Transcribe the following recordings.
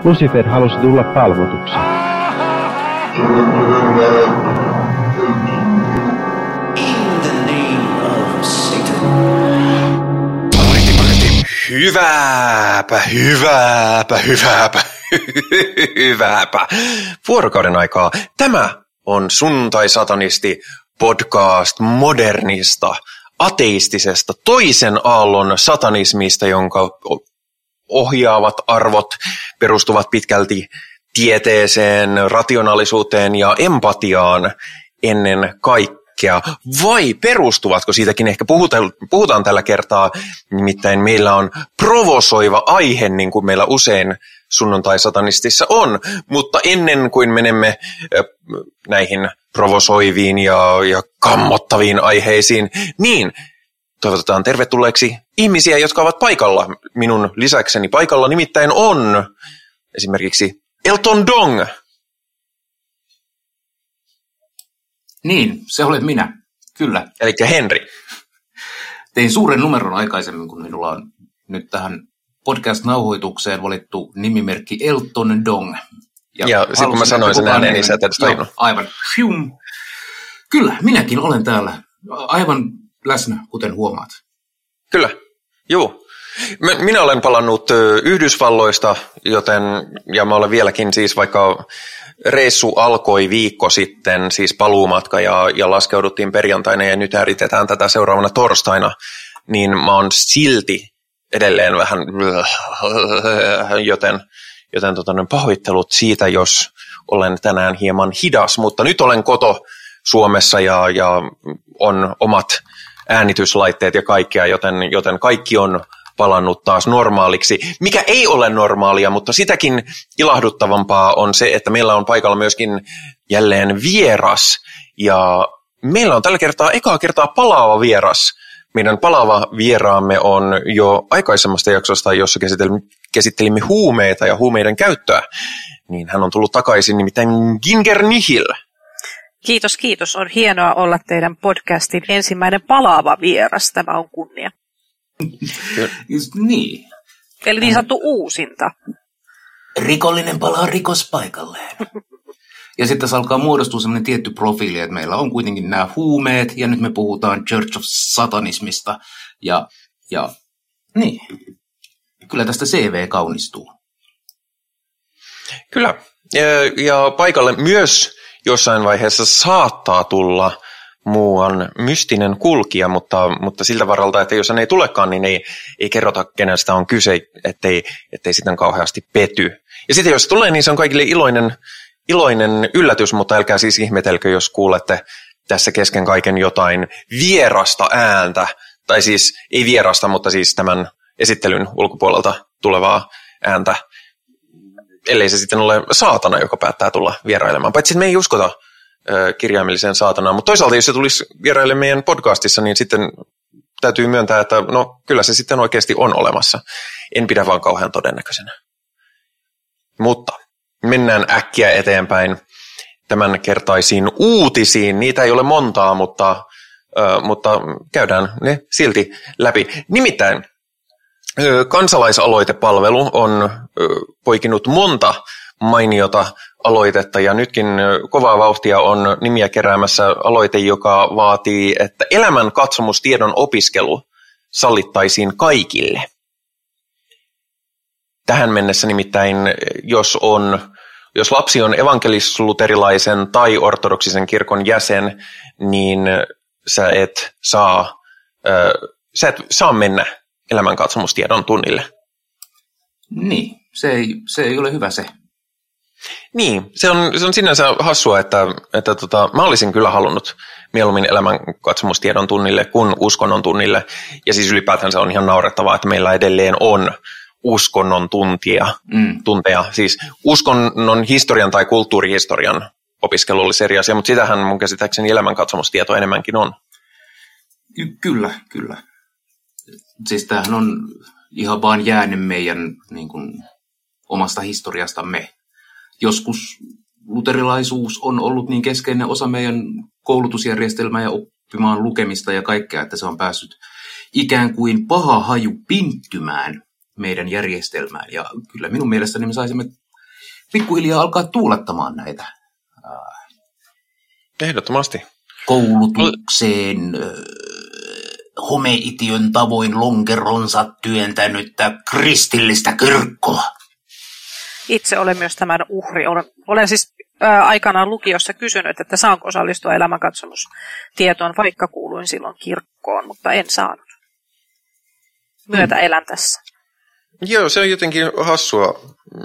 Lucifer halusi tulla palvotuksi. Hyvääpä. Vuorokauden aikaa. Tämä on Sunnuntai-satanisti podcast modernista, ateistisesta, toisen aallon satanismista, jonka ohjaavat arvot perustuvat pitkälti tieteeseen, rationaalisuuteen ja empatiaan ennen kaikkea. Vai perustuvatko? Siitäkin ehkä puhutaan tällä kertaa, nimittäin meillä on provosoiva aihe, niin kuin meillä usein sunnuntai-satanistissa on, mutta ennen kuin menemme näihin provosoiviin ja kammottaviin aiheisiin, niin toivotetaan tervetulleeksi ihmisiä, jotka ovat paikalla. Minun lisäkseni paikalla nimittäin on esimerkiksi Elton Dong. Niin, se olen minä, kyllä. Elikkä Henri. Tein suuren numeron aikaisemmin, kun minulla on nyt tähän podcast-nauhoitukseen valittu nimimerkki Elton Dong. Ja sitten kun mä sanoin sen ääneen, niin sä et edes tajunnut. Aivan. Kyllä, minäkin olen täällä aivan läsnä, kuten huomaat. Kyllä, juu. Minä olen palannut Yhdysvalloista, ja mä olen vieläkin siis, vaikka reissu alkoi viikko sitten, siis paluumatka ja laskeuduttiin perjantaina ja nyt ääritetään tätä seuraavana torstaina, niin mä oon silti edelleen vähän, joten pahoittelut siitä, jos olen tänään hieman hidas, mutta nyt olen koto Suomessa ja on omat äänityslaitteet ja kaikkea, joten kaikki on palannut taas normaaliksi, mikä ei ole normaalia, mutta sitäkin ilahduttavampaa on se, että meillä on paikalla myöskin jälleen vieras, ja meillä on tällä kertaa ekaa kertaa palaava vieras. Meidän palaava vieraamme on jo aikaisemmasta jaksosta, jossa käsittelimme huumeita ja huumeiden käyttöä, niin hän on tullut takaisin, nimittäin Ginger Nihil. Kiitos. On hienoa olla teidän podcastin ensimmäinen palaava vieras. Tämä on kunnia. Niin. Eli niin sanottu uusinta. Rikollinen palaa rikospaikalleen. Ja sitten tässä alkaa muodostua sellainen tietty profiili, että meillä on kuitenkin nämä huumeet, ja nyt me puhutaan Church of Satanismista. Ja niin, kyllä tästä CV kaunistuu. Kyllä, ja paikalle myös jossain vaiheessa saattaa tulla muuan mystinen kulkija, mutta siltä varalta, että jos hän ei tulekaan, niin ei kerrota, kenestä on kyse, ettei sitten kauheasti pety. Ja sitten jos tulee, niin se on kaikille iloinen yllätys, mutta älkää siis ihmetelkö, jos kuulette tässä kesken kaiken jotain vierasta ääntä, tai siis ei vierasta, mutta siis tämän esittelyn ulkopuolelta tulevaa ääntä, ellei se sitten ole saatana, joka päättää tulla vierailemaan. Paitsi me ei uskota kirjaimelliseen saatanaan, mutta toisaalta jos se tulisi vieraille meidän podcastissa, niin sitten täytyy myöntää, että no kyllä se sitten oikeasti on olemassa. En pidä vaan kauhean todennäköisenä. Mutta mennään äkkiä eteenpäin tämänkertaisiin uutisiin. Niitä ei ole montaa, mutta käydään ne silti läpi. Nimittäin kansalaisaloitepalvelu on poikinut monta mainiota aloitetta, ja nytkin kovaa vauhtia on nimiä keräämässä aloite, joka vaatii, että elämänkatsomustiedon opiskelu sallittaisiin kaikille. Tähän mennessä nimittäin, jos lapsi on evankelis-luterilaisen tai ortodoksisen kirkon jäsen, niin sä et saa mennä elämänkatsomustiedon tunnille. Niin, se ei ole hyvä se. Niin, se on sinänsä hassua, että mä olisin kyllä halunnut mieluummin elämänkatsomustiedon tunnille kuin uskonnon tunnille. Ja siis ylipäätään se on ihan naurettavaa, että meillä edelleen on uskonnon tunteja. Siis uskonnon historian tai kulttuurihistorian opiskelu olisi eri asia, mutta sitähän mun käsittääkseni elämänkatsomustieto enemmänkin on. Kyllä. Siis tämähän on ihan vaan jääne meidän niin kuin, omasta historiastamme. Joskus luterilaisuus on ollut niin keskeinen osa meidän koulutusjärjestelmää ja oppimaan lukemista ja kaikkea, että se on päässyt ikään kuin paha haju pinttymään meidän järjestelmään. Ja kyllä minun mielestäni me saisimme pikkuhiljaa alkaa tuulettamaan näitä Ehdottomasti. koulutukseen homeitiön tavoin lonkeronsa työntänyttä kristillistä kirkkoa. Itse olen myös tämän uhri. Olen siis aikanaan lukiossa kysynyt, että saanko osallistua elämänkatsomustietoon, vaikka kuuluin silloin kirkkoon, mutta en saanut. Myötä elän tässä. Joo, se on jotenkin hassua,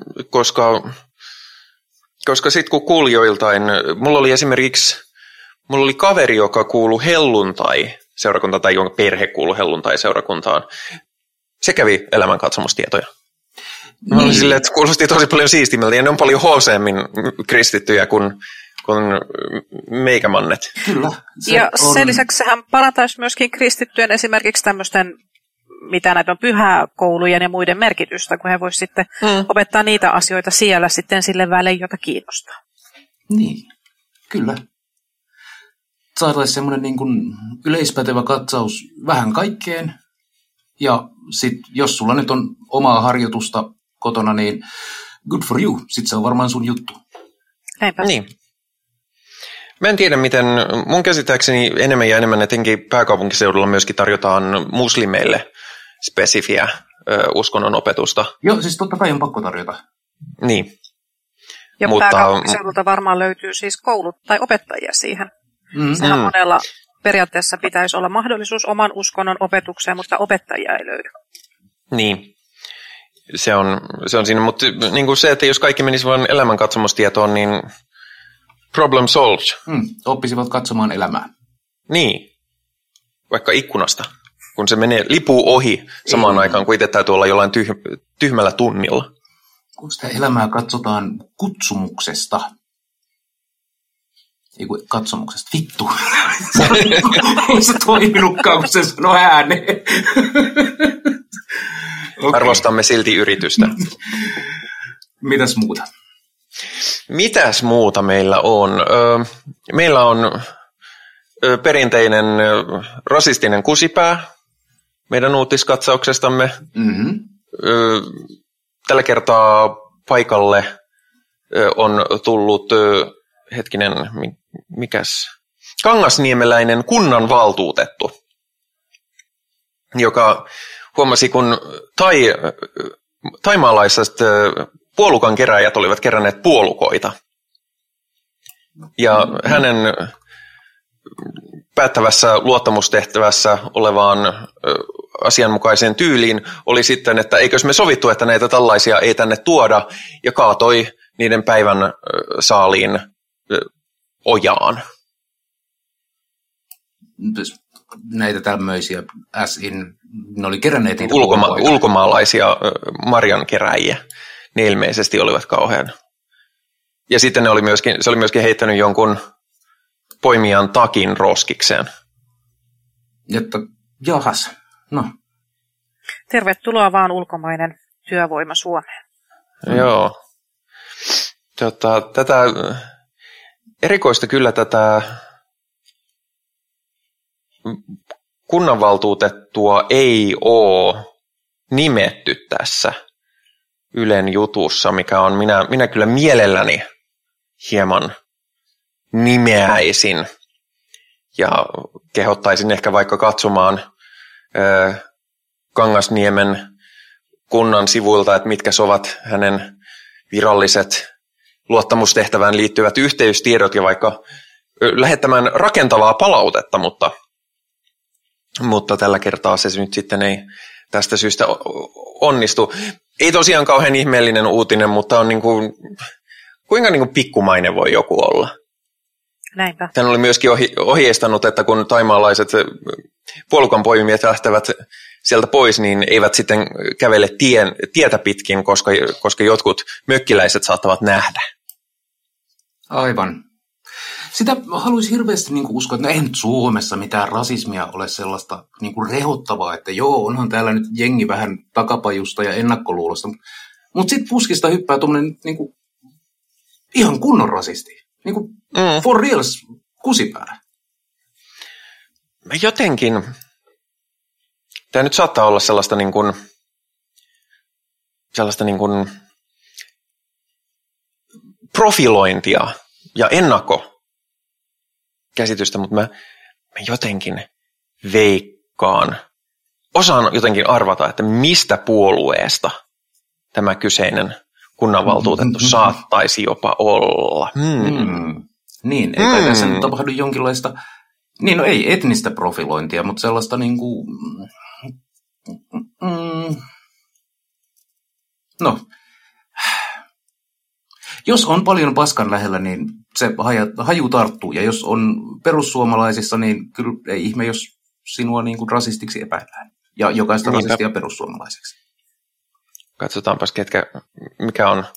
koska sitten kun kuuli joiltain, mulla oli kaveri, joka kuului helluntai-seurakuntaan, tai jonka perhe kuului helluntai-seurakuntaan. Se kävi elämänkatsomustietoja. Mä olin silleen, että kuulosti tosi paljon siistimmältä, ja ne on paljon hooseemmin kristittyjä kuin meikämannet. Kyllä. Sen lisäksi hän parantaisi myöskin kristittyjen esimerkiksi tämmöisten, mitä näitä on, pyhäkoulujen ja muiden merkitystä, kun he voisivat sitten opettaa niitä asioita siellä sitten sille välein, jota kiinnostaa. Niin, kyllä. Saataisiin semmoinen niin kuin yleispätevä katsaus vähän kaikkeen. Ja sitten jos sulla nyt on omaa harjoitusta kotona, niin good for you. Sitten se on varmaan sun juttu. Näinpä. Niin. Mä en tiedä, miten, mun käsittääkseni enemmän ja enemmän etenkin pääkaupunkiseudulla myöskin tarjotaan muslimeille spesifiä uskonnon opetusta. Joo, siis totta kai on pakko tarjota. Niin. Ja pääkaupunkiseudulta varmaan löytyy siis koulut tai opettajia siihen. Sehän monella periaatteessa pitäisi olla mahdollisuus oman uskonnon opetukseen, mutta opettajia ei löydy. Niin. Se on siinä, mutta niin kuin se, että jos kaikki menisi vain elämänkatsomustietoon, niin problem solved. Oppisivat katsomaan elämää. Niin. Vaikka ikkunasta, kun se lipuu ohi samaan aikaan, kun itse täytyy olla jollain tyhmällä tunnilla. Kun sitä elämää katsotaan kutsumuksesta. Ei kun katsomuksesta. Vittu. Se toiminutkaan, kun se sanoi ääneen. Okay. Arvostamme silti yritystä. Mitäs muuta meillä on? Meillä on perinteinen rasistinen kusipää meidän uutiskatsauksestamme. Tällä kertaa paikalle on tullut, kangasniemeläinen kunnanvaltuutettu, joka huomasi, kun taimaalaiset puolukan keräjät olivat keränneet puolukoita. Ja hänen päättävässä luottamustehtävässä olevaan asianmukaiseen tyyliin oli sitten, että eikös me sovittu, että näitä tällaisia ei tänne tuoda, ja kaatoi niiden päivän saaliin ojaan. Näitä tämmöisiä, ne oli keränneet niitä ulkomaalaisia marjankeräjiä. Ne ilmeisesti olivat kauhean. Ja sitten se oli myöskin heittänyt jonkun poimijan takin roskikseen. Että jahas, no. Tervetuloa vaan ulkomainen työvoima Suomeen. Joo. Tätä erikoista kyllä tätä kunnanvaltuutettua ei ole nimetty tässä Ylen jutussa, mikä on, minä kyllä mielelläni hieman nimeäisin ja kehottaisin ehkä vaikka katsomaan Kangasniemen kunnan sivuilta, että mitkä ovat hänen viralliset luottamustehtävään liittyvät yhteystiedot ja vaikka lähettämään rakentavaa palautetta, mutta tällä kertaa se nyt sitten ei tästä syystä onnistu. Ei tosiaan kauhean ihmeellinen uutinen, mutta on kuinka pikkumainen voi joku olla. Näinpä. Hän oli myöskin ohjeistanut, että kun taimaalaiset puolukan poimijat lähtevät sieltä pois, niin eivät sitten kävele tietä pitkin, koska jotkut mökkiläiset saattavat nähdä. Aivan. Sitä haluaisin hirveästi uskoa, että eihän nyt Suomessa mitään rasismia ole sellaista rehottavaa, että joo, onhan täällä nyt jengi vähän takapajusta ja ennakkoluulosta, mutta sitten puskista hyppää tuommoinen ihan kunnon rasisti. For reals kusipää. Jotenkin, tämä nyt saattaa olla sellaista profilointia ja ennakkokäsitystä, mutta mä jotenkin veikkaan, osaan jotenkin arvata, että mistä puolueesta tämä kyseinen kunnanvaltuutettu saattaisi jopa olla. Niin, ei tässä nyt tapahdu jonkinlaista, niin no ei etnistä profilointia, mutta sellaista niin kuin, no, jos on paljon paskan lähellä, niin se haju tarttuu, ja jos on perussuomalaisissa, niin kyllä ei ihme, jos sinua niin kuin rasistiksi epäillään, ja jokaista rasistia perussuomalaiseksi. Katsotaanpas, mikä on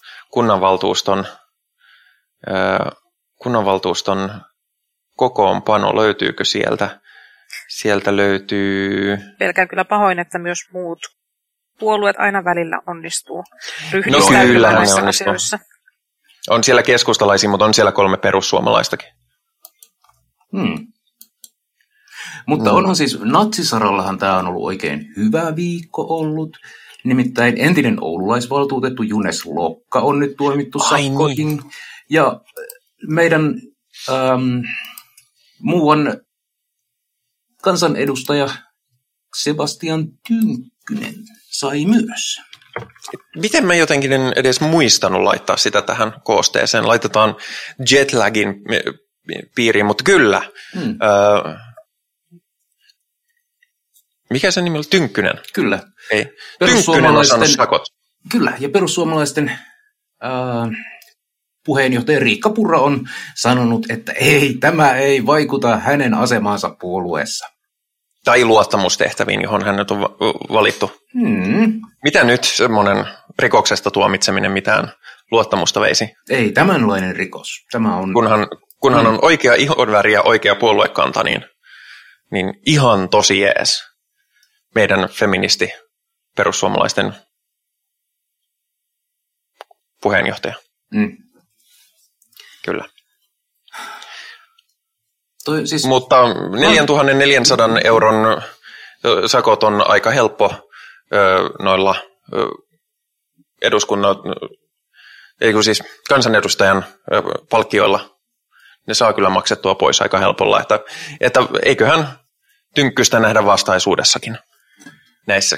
kunnanvaltuuston kokoonpano, löytyykö sieltä? Sieltä löytyy... Pelkään kyllä pahoin, että myös muut puolueet aina välillä onnistuu ryhdistäytymään näissä asioissa. On siellä keskustalaisia, mutta on siellä 3 perussuomalaistakin. Mutta onhan siis, natsisarallahan tämä on ollut oikein hyvä viikko ollut. Nimittäin entinen oululaisvaltuutettu Junes Lokka on nyt tuomittu sakkoihin. Niin. Ja meidän muuan kansanedustaja Sebastian Tynkkynen sai myös. Miten mä jotenkin en edes muistanut laittaa sitä tähän koosteeseen? Laitetaan jetlagin piiriin, mutta kyllä. Mikä se nimi oli? Tynkkynen? Kyllä. Ei. Tynkkynen on saanut sakot. Kyllä, ja perussuomalaisten puheenjohtaja Riikka Purra on sanonut, että tämä ei vaikuta hänen asemaansa puolueessa. Tai luottamustehtäviin, johon hänet on valittu. Mitä nyt semmoinen rikoksesta tuomitseminen mitään luottamusta veisi? Ei tämänlainen rikos. Tämä on... Kunhan on oikea ihonväri ja oikea puoluekanta, niin ihan tosi jees. Meidän feministi perussuomalaisten puheenjohtaja. Kyllä. Mutta 4 400 € sakot on aika helppo noilla kansanedustajan palkkioilla. Ne saa kyllä maksettua pois aika helpolla, että eiköhän Tynkkystä nähdä vastaisuudessakin näissä.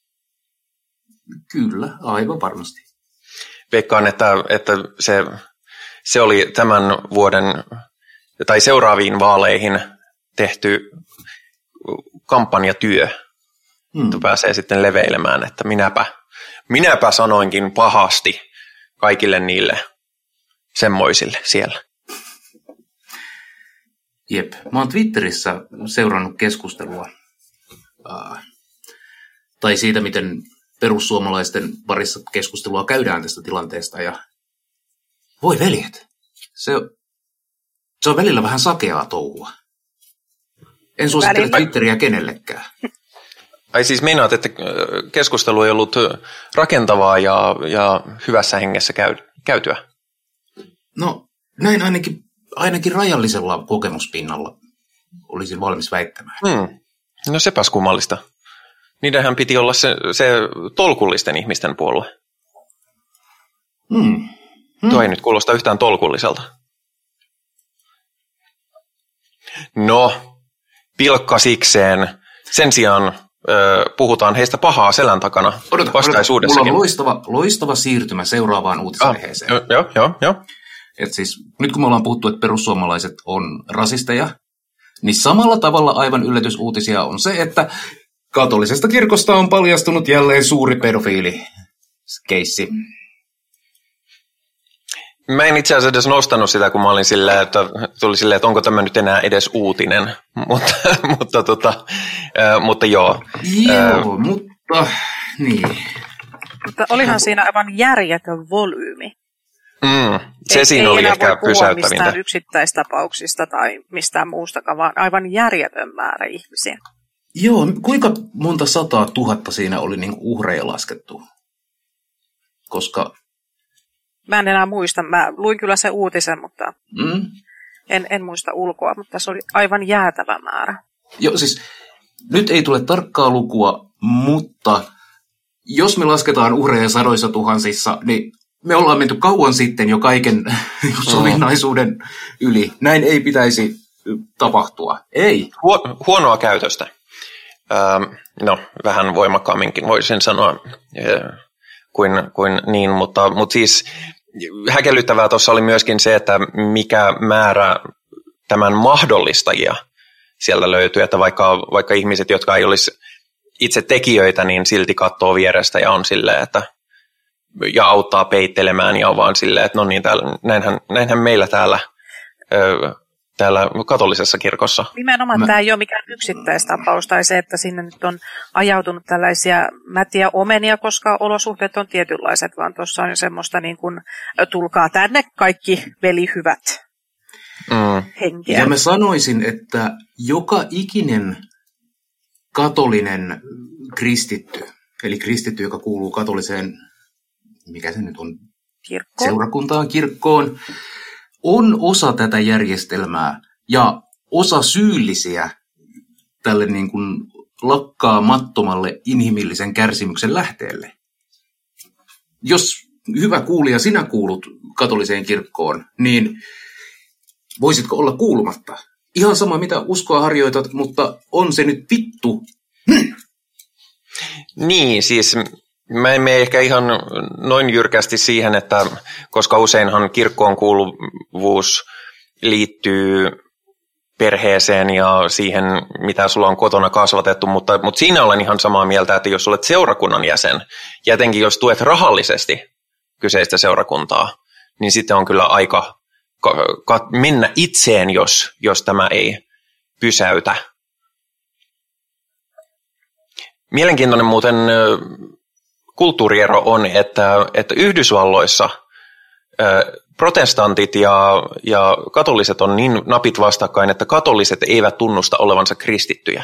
Kyllä, aivan varmasti. Veikkaan, että se oli tämän vuoden tai seuraaviin vaaleihin tehty kampanjatyö. Pääsee sitten leveilemään, että minäpä sanoinkin pahasti kaikille niille semmoisille siellä. Jep. Mä oon Twitterissä seurannut keskustelua tai siitä, miten perussuomalaisten parissa keskustelua käydään tästä tilanteesta. Ja voi veljet, se on välillä vähän sakeaa touhua. En suosittele Twitteriä kenellekään. Ai siis meinaat, että keskustelu ei ollut rakentavaa ja hyvässä hengessä käytyä? No näin ainakin rajallisella kokemuspinnalla olisin valmis väittämään. No sepäs kummallista. Niidenhän piti olla se tolkullisten ihmisten puolue. Tuo ei nyt kuulosta yhtään tolkulliselta. No, pilkka sikseen. Sen sijaan puhutaan heistä pahaa selän takana vastaisuudessakin. Mulla on loistava siirtymä seuraavaan uutisaiheeseen. Joo. Et siis, nyt kun me ollaan puhuttu, että perussuomalaiset on rasisteja, niin samalla tavalla aivan yllätysuutisia on se, että katolisesta kirkosta on paljastunut jälleen suuri pedofiili-keissi. Mä en itse asiassa edes nostanut sitä, kun mä olin silleen, että onko tämä nyt enää edes uutinen, mutta joo. Joo, mutta niin. Mutta olihan siinä aivan järjetön volyymi. Se siinä oli ehkä pysäyttävintä. Ei mistään yksittäistapauksista tai mistään muustakaan, vaan aivan järjetön määrä ihmisiä. Joo, kuinka monta 100 000 siinä oli niin uhreja laskettu? Koska... Mä en enää muista. Mä luin kyllä se uutisen, mutta en muista ulkoa, mutta se oli aivan jäätävä määrä. Joo, siis nyt ei tule tarkkaa lukua, mutta jos me lasketaan uhreja sadoissa tuhansissa, niin me ollaan menty kauan sitten jo kaiken sovinnaisuuden yli. Näin ei pitäisi tapahtua. Ei. Huonoa käytöstä. No, vähän voimakkaamminkin voisin sanoa kuin niin, mutta siis häkellyttävää tuossa oli myöskin se, että mikä määrä tämän mahdollistajia siellä löytyy, että vaikka ihmiset, jotka ei olisi itse tekijöitä, niin silti katsoo vierestä ja on silleen, että ja auttaa peittelemään ja on vaan silleen, että no niin, näinhän meillä täällä katolisessa kirkossa. Nimenomaan tämä ei ole mikään yksittäistapaus tai se, että sinne nyt on ajautunut tällaisia mätiä omenia, koska olosuhteet on tietynlaiset, vaan tuossa on jo semmoista niin kuin, tulkaa tänne kaikki velihyvät henkeä. Ja mä sanoisin, että joka ikinen katolinen kristitty, eli kristitty, joka kuuluu katoliseen, mikä se nyt on, seurakuntaan, kirkkoon, on osa tätä järjestelmää ja osa syyllisiä tälle niin kuin lakkaamattomalle inhimillisen kärsimyksen lähteelle. Jos hyvä kuulija, sinä kuulut katoliseen kirkkoon, niin voisitko olla kuulumatta? Ihan sama, mitä uskoa harjoitat, mutta on se nyt vittu. Niin, siis mä en mene ehkä ihan noin jyrkästi siihen, että koska useinhan kirkkoon kuuluvuus liittyy perheeseen ja siihen, mitä sulla on kotona kasvatettu, mutta siinä olen ihan samaa mieltä, että jos olet seurakunnan jäsen, ja etenkin jos tuet rahallisesti kyseistä seurakuntaa, niin sitten on kyllä aika mennä itseen, jos tämä ei pysäytä. Mielenkiintoinen muuten kulttuuriero on, että Yhdysvalloissa protestantit ja katoliset on niin napit vastakkain, että katoliset eivät tunnusta olevansa kristittyjä.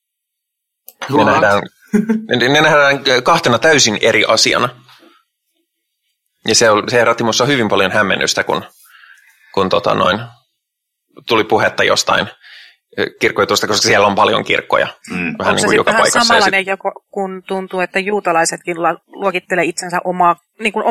Ne nähdään kahtena täysin eri asiana. Ja se herätti minussa hyvin paljon hämmennystä, kun tuli puhetta jostain kirkkoitusta, koska siellä on paljon kirkkoja. Vähän niin kuin joka paikassa. Vähän samanlainen, kun tuntuu, että juutalaisetkin luokittelee itsensä niin kuin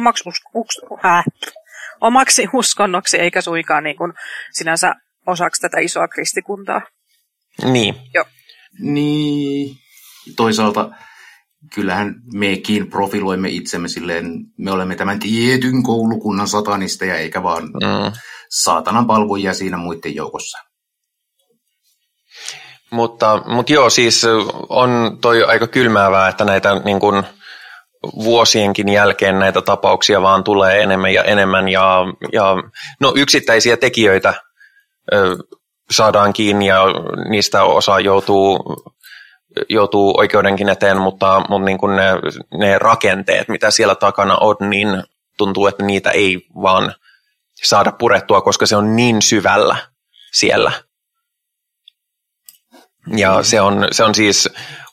omaksi uskonnoksi, eikä suinkaan niin kuin sinänsä osaksi tätä isoa kristikuntaa. Niin. Joo. Niin. Toisaalta kyllähän mekin profiloimme itsemme silleen, me olemme tämän tietyn koulukunnan satanisteja, eikä vaan saatanan palvojia siinä muiden joukossa. Mutta joo, siis on toi aika kylmäävää, että näitä niin kuin vuosienkin jälkeen näitä tapauksia vaan tulee enemmän ja enemmän ja no yksittäisiä tekijöitä saadaan kiinni ja niistä osa joutuu oikeudenkin eteen, mutta niin kuin ne rakenteet, mitä siellä takana on, niin tuntuu, että niitä ei vaan saada purettua, koska se on niin syvällä siellä. Ja se on siis,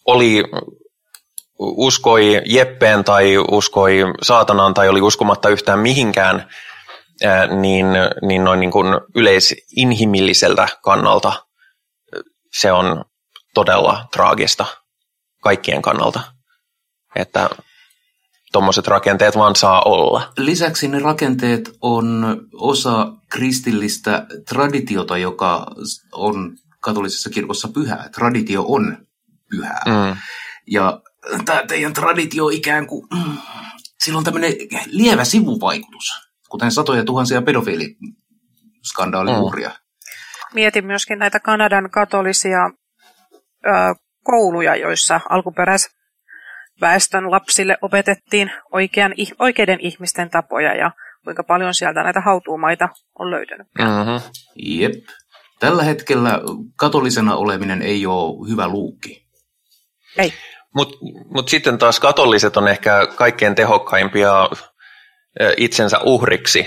uskoi Jeppeen tai uskoi saatanaan tai oli uskomatta yhtään mihinkään, niin noin niin kuin yleisinhimilliseltä kannalta se on todella traagista kaikkien kannalta, että tuommoiset rakenteet vaan saa olla. Lisäksi ne rakenteet on osa kristillistä traditiota, joka on katolisessa kirkossa pyhää. Traditio on pyhää. Ja tämä teidän traditio ikään kuin, sillä on tämmöinen lievä sivuvaikutus, kuten satoja tuhansia pedofiiliskandaalin uhria. Mietin myöskin näitä Kanadan katolisia kouluja, joissa alkuperäisväestön lapsille opetettiin oikeiden ihmisten tapoja ja kuinka paljon sieltä näitä hautuumaita on löytynyt. Jep. Tällä hetkellä katolisena oleminen ei ole hyvä luukki. Ei. Mut sitten taas katoliset on ehkä kaikkein tehokkaimpia itsensä uhriksi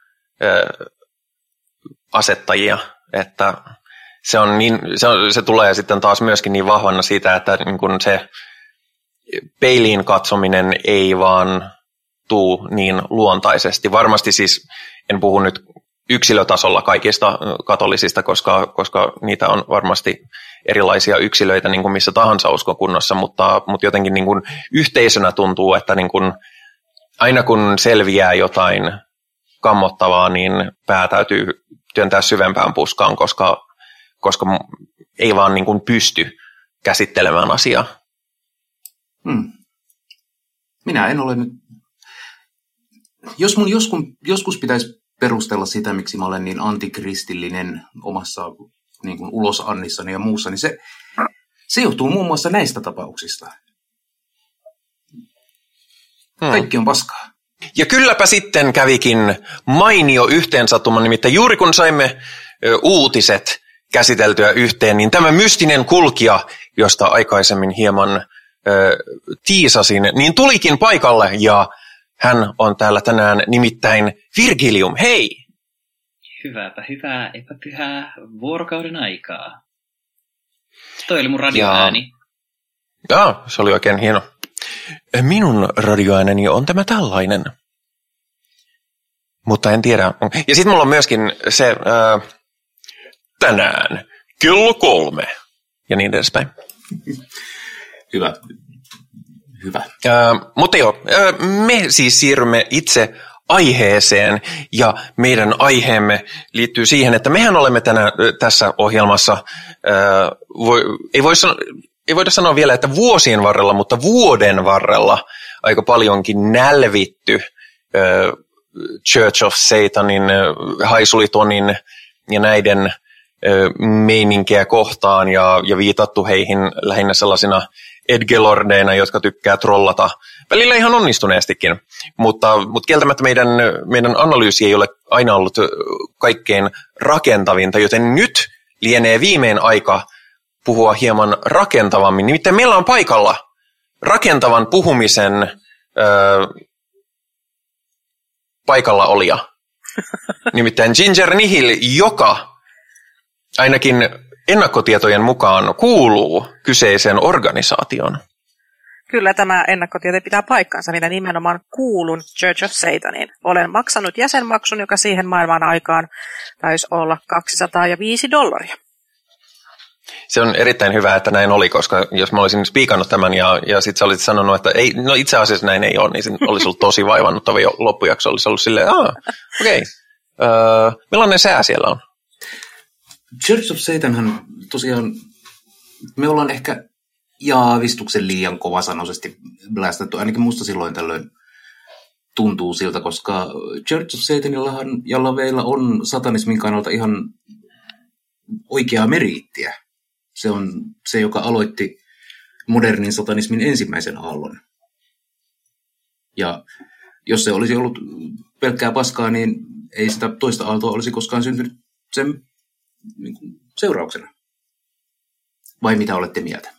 asettajia, että se tulee sitten taas myöskin niin vahvana siitä, että niin kun se peiliin katsominen ei vaan tuu niin luontaisesti. Varmasti siis en puhu nyt yksilötasolla kaikista katolisista, koska niitä on varmasti erilaisia yksilöitä niin kuin missä tahansa uskonkunnassa, mutta jotenkin niin kuin yhteisönä tuntuu, että niin kuin aina kun selviää jotain kammottavaa, niin pää täytyy työntää syvempään puskaan, koska ei vaan niin kuin pysty käsittelemään asiaa. Minä en ole nyt... Jos mun joskus pitäisi perustella sitä, miksi mä olen niin antikristillinen omassa niin kuin ulosannissani ja muussa, niin se johtuu muun muassa näistä tapauksista. Kaikki on paskaa. Ja kylläpä sitten kävikin mainio yhteensattuma, nimittäin juuri kun saimme uutiset käsiteltyä yhteen, niin tämä mystinen kulkija, josta aikaisemmin hieman tiisasin, niin tulikin paikalle ja hän on täällä tänään nimittäin Virgilium. Hei! Hyvääpä hyvää epäpyhää vuorokauden aikaa. Toi oli mun radioääni. Jaa, se oli oikein hieno. Minun radioääneni on tämä tällainen. Mutta en tiedä. Ja sitten mulla on myöskin se tänään kello 3 ja niin edespäin. Hyvä. Mutta joo, me siis siirrymme itse aiheeseen ja meidän aiheemme liittyy siihen, että mehän olemme tässä ohjelmassa, ei voida sanoa vielä, että vuosien varrella, mutta vuoden varrella aika paljonkin nälvitty Church of Satanin, Haisulitonin ja näiden meininkiä kohtaan ja viitattu heihin lähinnä sellaisina edgelordeina, jotka tykkää trollata. Välillä ihan onnistuneestikin, mutta kieltämättä meidän analyysi ei ole aina ollut kaikkein rakentavinta, joten nyt lienee viimein aika puhua hieman rakentavammin. Nimittäin meillä on paikalla rakentavan puhumisen paikalla olija. Nimittäin Ginger Nihil, joka ainakin ennakkotietojen mukaan kuuluu kyseiseen organisaatioon. Kyllä tämä ennakkotieto pitää paikkansa. Minä nimenomaan kuulun Church of Sataniin. Olen maksanut jäsenmaksun, joka siihen maailman aikaan taisi olla $205. Se on erittäin hyvä, että näin oli, koska jos mä olisin spiikannut tämän ja sitten sä olisit sanonut, että ei, no itse asiassa näin ei ole, niin se olisi ollut tosi vaivannuttava loppujakso. Olisi ollut silleen, okei. Millainen sää siellä on? Church of Satanhan tosiaan, me ollaan ehkä jaavistuksen liian kovasanoisesti blästätty, ainakin musta silloin tällöin tuntuu siltä, koska Church of Satanillahan ja laveilla on satanismin kannalta ihan oikeaa meriittiä. Se on se, joka aloitti modernin satanismin ensimmäisen aallon. Ja jos se olisi ollut pelkkää paskaa, niin ei sitä toista aaltoa olisi koskaan syntynyt sen niin kuin seurauksena. Vai mitä olette mieltä?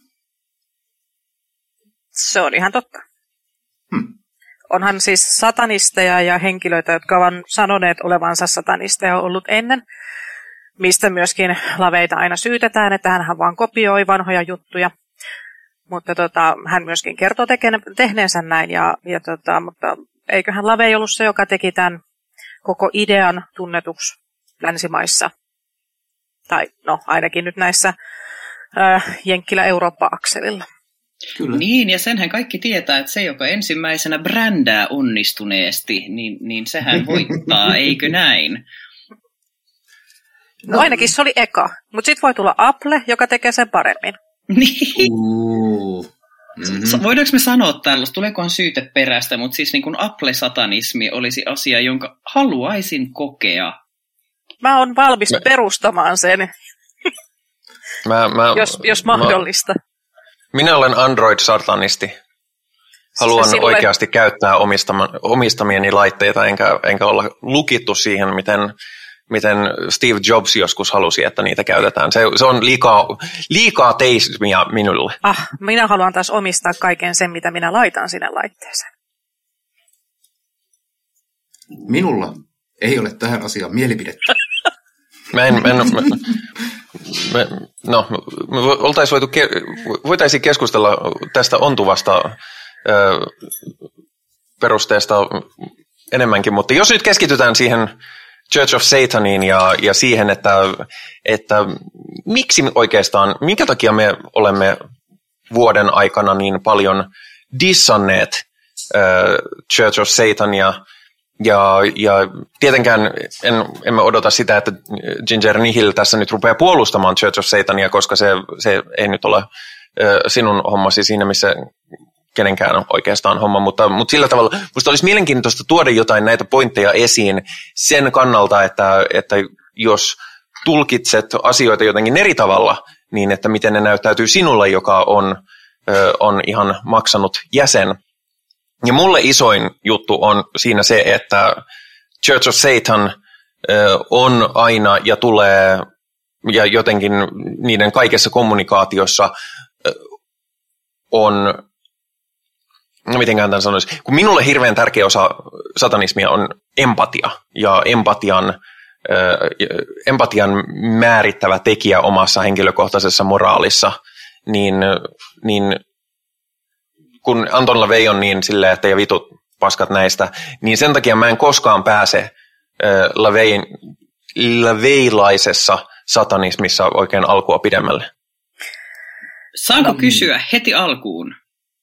Se on ihan totta. Onhan siis satanisteja ja henkilöitä, jotka ovat sanoneet olevansa satanisteja ollut ennen, mistä myöskin laveita aina syytetään, että hän vaan kopioi vanhoja juttuja. Mutta hän myöskin kertoo tehneensä näin, mutta eiköhän Lavei ollut se, joka teki tämän koko idean tunnetuksi länsimaissa. Tai no ainakin nyt näissä Jenkkilä-Eurooppa-akselilla. Kyllä. Niin, ja senhän kaikki tietää, että se, joka ensimmäisenä brändää onnistuneesti, niin sehän voittaa, eikö näin? No ainakin se oli eka, mutta sitten voi tulla Apple, joka tekee sen paremmin. Niin. Voidaanko me sanoa tällaista, tuleekohan syyte perästä, mutta siis niin kuin Apple-satanismi olisi asia, jonka haluaisin kokea. Mä oon valmis perustamaan sen, jos mahdollista. Minä olen Android-satanisti. Haluan oikeasti käyttää omistamieni laitteita, enkä olla lukittu siihen, miten Steve Jobs joskus halusi, että niitä käytetään. Se on liikaa teismiä minulle. Minä haluan taas omistaa kaiken sen, mitä minä laitan sinne laitteeseen. Minulla ei ole tähän asiaan mielipidettä. Voitaisiin keskustella tästä ontuvasta perusteesta enemmänkin, mutta jos nyt keskitytään siihen Church of Sataniin ja siihen, että miksi oikeastaan, minkä takia me olemme vuoden aikana niin paljon dissanneet Church of Satania. Ja tietenkään emme odota sitä, että Ginger Nihil tässä nyt rupeaa puolustamaan Church of Satania, koska se ei nyt ole sinun hommasi siinä, missä kenenkään oikeastaan homma, mutta sillä tavalla musta olisi mielenkiintoista tuoda jotain näitä pointteja esiin sen kannalta, että jos tulkitset asioita jotenkin eri tavalla, niin että miten ne näyttäytyy sinulle, joka on ihan maksanut jäsen. Ja mulle isoin juttu on siinä se, että Church of Satan on aina ja tulee, ja jotenkin niiden kaikessa kommunikaatiossa on, no mitenkään tämän sanoisi, kun minulle hirveän tärkeä osa satanismia on empatia, ja empatian määrittävä tekijä omassa henkilökohtaisessa moraalissa, niin kun Anton LaVey on niin silleen, että ja vitut paskat näistä, niin sen takia mä en koskaan pääse LaVeylaisessa satanismissa oikein alkua pidemmälle. Saanko kysyä heti alkuun?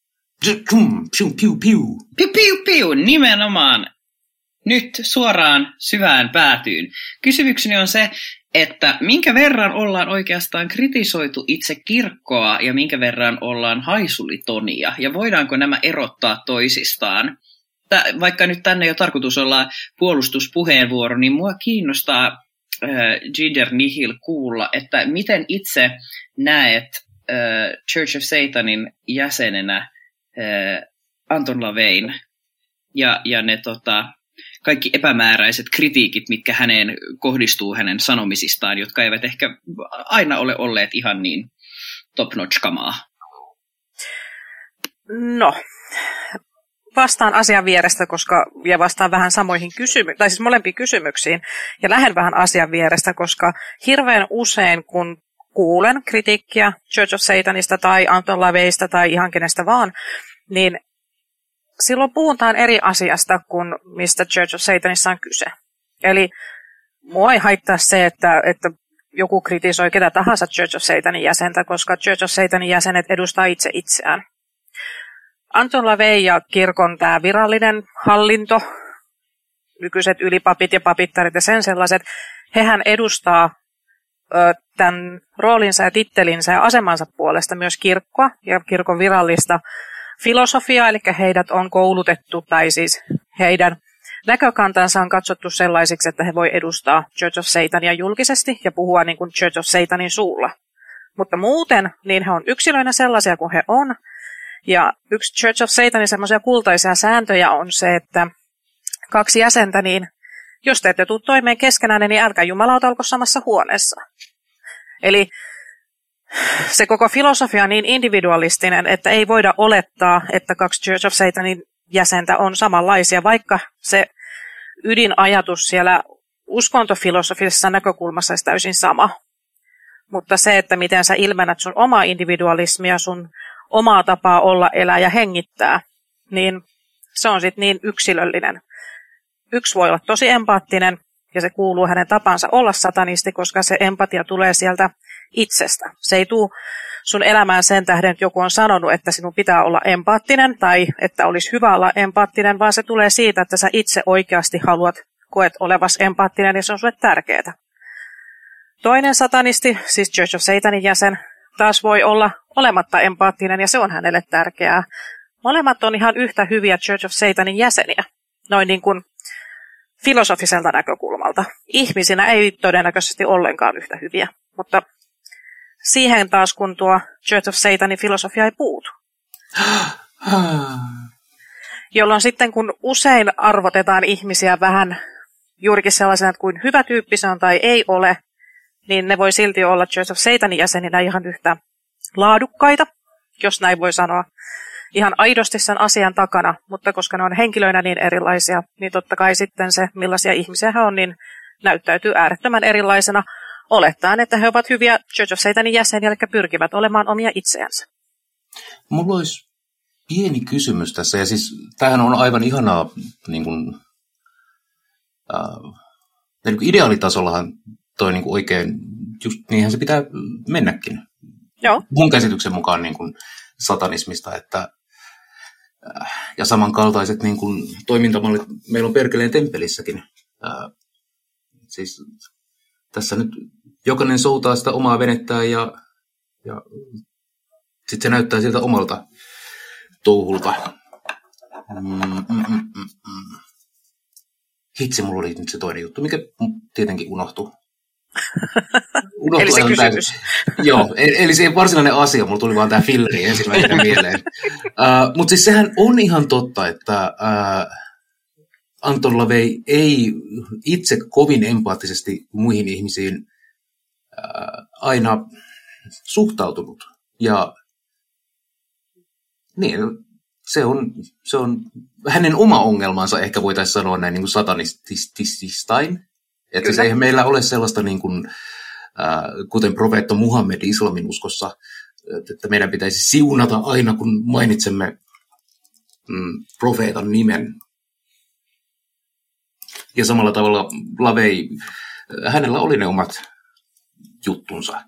Piu, nimenomaan. Nyt suoraan syvään päätyyn. Kysymykseni on se, että minkä verran ollaan oikeastaan kritisoitu itse kirkkoa ja minkä verran ollaan haisulitonia, ja voidaanko nämä erottaa toisistaan? Vaikka nyt tänne ei ole tarkoitus olla puolustuspuheenvuoro, niin mua kiinnostaa Ginger Nihil kuulla, että miten itse näet Church of Satanin jäsenenä Anton LaVeyn ja ne kaikki epämääräiset kritiikit, mitkä häneen kohdistuu hänen sanomisistaan, jotka eivät ehkä aina ole olleet ihan niin top-notch-kamaa. No, vastaan asian vierestä, ja vastaan vähän samoihin kysymyksiin, tai siis molempiin kysymyksiin, ja lähden vähän asian vierestä, koska hirveän usein, kun kuulen kritiikkiä Church of Satanista tai Anton LaVeysta tai ihan kenestä vaan, niin silloin puhutaan eri asiasta kuin mistä Church of Satanissa on kyse. Eli mua ei haittaa se, että joku kritisoi ketä tahansa Church of Satanin jäsentä, koska Church of Satanin jäsenet edustaa itse itseään. Anton LaVey ja kirkon tämä virallinen hallinto, nykyiset ylipapit ja papittarit ja sen sellaiset, hehän edustaa tämän roolinsa ja tittelinsä ja asemansa puolesta myös kirkkoa ja kirkon virallista filosofiaa, eli heidät on koulutettu, tai siis heidän näkökantansa on katsottu sellaisiksi, että he voi edustaa Church of Satania julkisesti ja puhua niin kuin Church of Satanin suulla. Mutta muuten, niin he on yksilöinä sellaisia kuin he on, ja yksi Church of Satanin semmoisia kultaisia sääntöjä on se, että 2 jäsentä, niin jos te ette tule toimeen keskenään, niin älkää jumalauta olko samassa huoneessa. Eli se koko filosofia on niin individualistinen, että ei voida olettaa, että 2 Church of Satanin jäsentä on samanlaisia, vaikka se ydinajatus siellä uskontofilosofisessa näkökulmassa olisi täysin sama. Mutta se, että miten sä ilmennät sun omaa individualismia, sun omaa tapaa olla, elää ja hengittää, niin se on sitten niin yksilöllinen. Yksi voi olla tosi empaattinen, ja se kuuluu hänen tapansa olla satanisti, koska se empatia tulee sieltä itsestä. Se ei tule sun elämään sen tähden, että joku on sanonut, että sinun pitää olla empaattinen tai että olisi hyvä olla empaattinen, vaan se tulee siitä, että sä itse oikeasti koet olevas empaattinen ja se on sulle tärkeää. Toinen satanisti, siis Church of Satanin jäsen, taas voi olla olematta empaattinen ja se on hänelle tärkeää. Molemmat on ihan yhtä hyviä Church of Satanin jäseniä, noin niin kuin filosofiselta näkökulmalta. Ihmisinä ei todennäköisesti ollenkaan yhtä hyviä, mutta siihen taas, kun tuo Church of Satanin filosofia ei puutu. Jolloin sitten, kun usein arvotetaan ihmisiä vähän juurikin sellaisena, että kuin hyvä tyyppi se on tai ei ole, niin ne voi silti olla Church of Satanin jäseninä ihan yhtä laadukkaita, jos näin voi sanoa, ihan aidosti sen asian takana, mutta koska ne on henkilöinä niin erilaisia, niin totta kai sitten se, millaisia ihmisiä he on, niin näyttäytyy äärettömän erilaisena, olettaen, että he ovat hyviä Church of Satanin jäseniä, eli pyrkivät olemaan omia itseänsä. Mulla olisi pieni kysymys tässä, ja siis tämähän on aivan ihanaa, niin kuin ideaalitasollahan toi niin kuin oikein, just niinhän se pitää mennäkin. Joo. Mun käsityksen mukaan niin kuin satanismista, että ja samankaltaiset niin kuin toimintamallit meillä on Perkeleen temppelissäkin. Siis tässä nyt jokainen soutaa sitä omaa venettään ja sitten se näyttää siltä omalta touhulta. Hitsi, mulla oli nyt se toinen juttu, mikä tietenkin unohtui. Eli se kysymys. Joo, eli se varsinainen asia, mulla tuli vaan tämä filleri ensimmäisenä mieleen. Mutta siis sehän on ihan totta, että Anton LaVey ei itse kovin empaattisesti muihin ihmisiin aina suhtautunut. Ja niin, se on hänen oma ongelmansa, ehkä voitaisiin sanoa näin niin kuin satanististain. Että siis eihän meillä ole sellaista, niin kuin, kuten profeetta Muhammed islamin uskossa, että meidän pitäisi siunata aina, kun mainitsemme profeetan nimen. Ja samalla tavalla LaVey, hänellä oli ne omat juttunsa.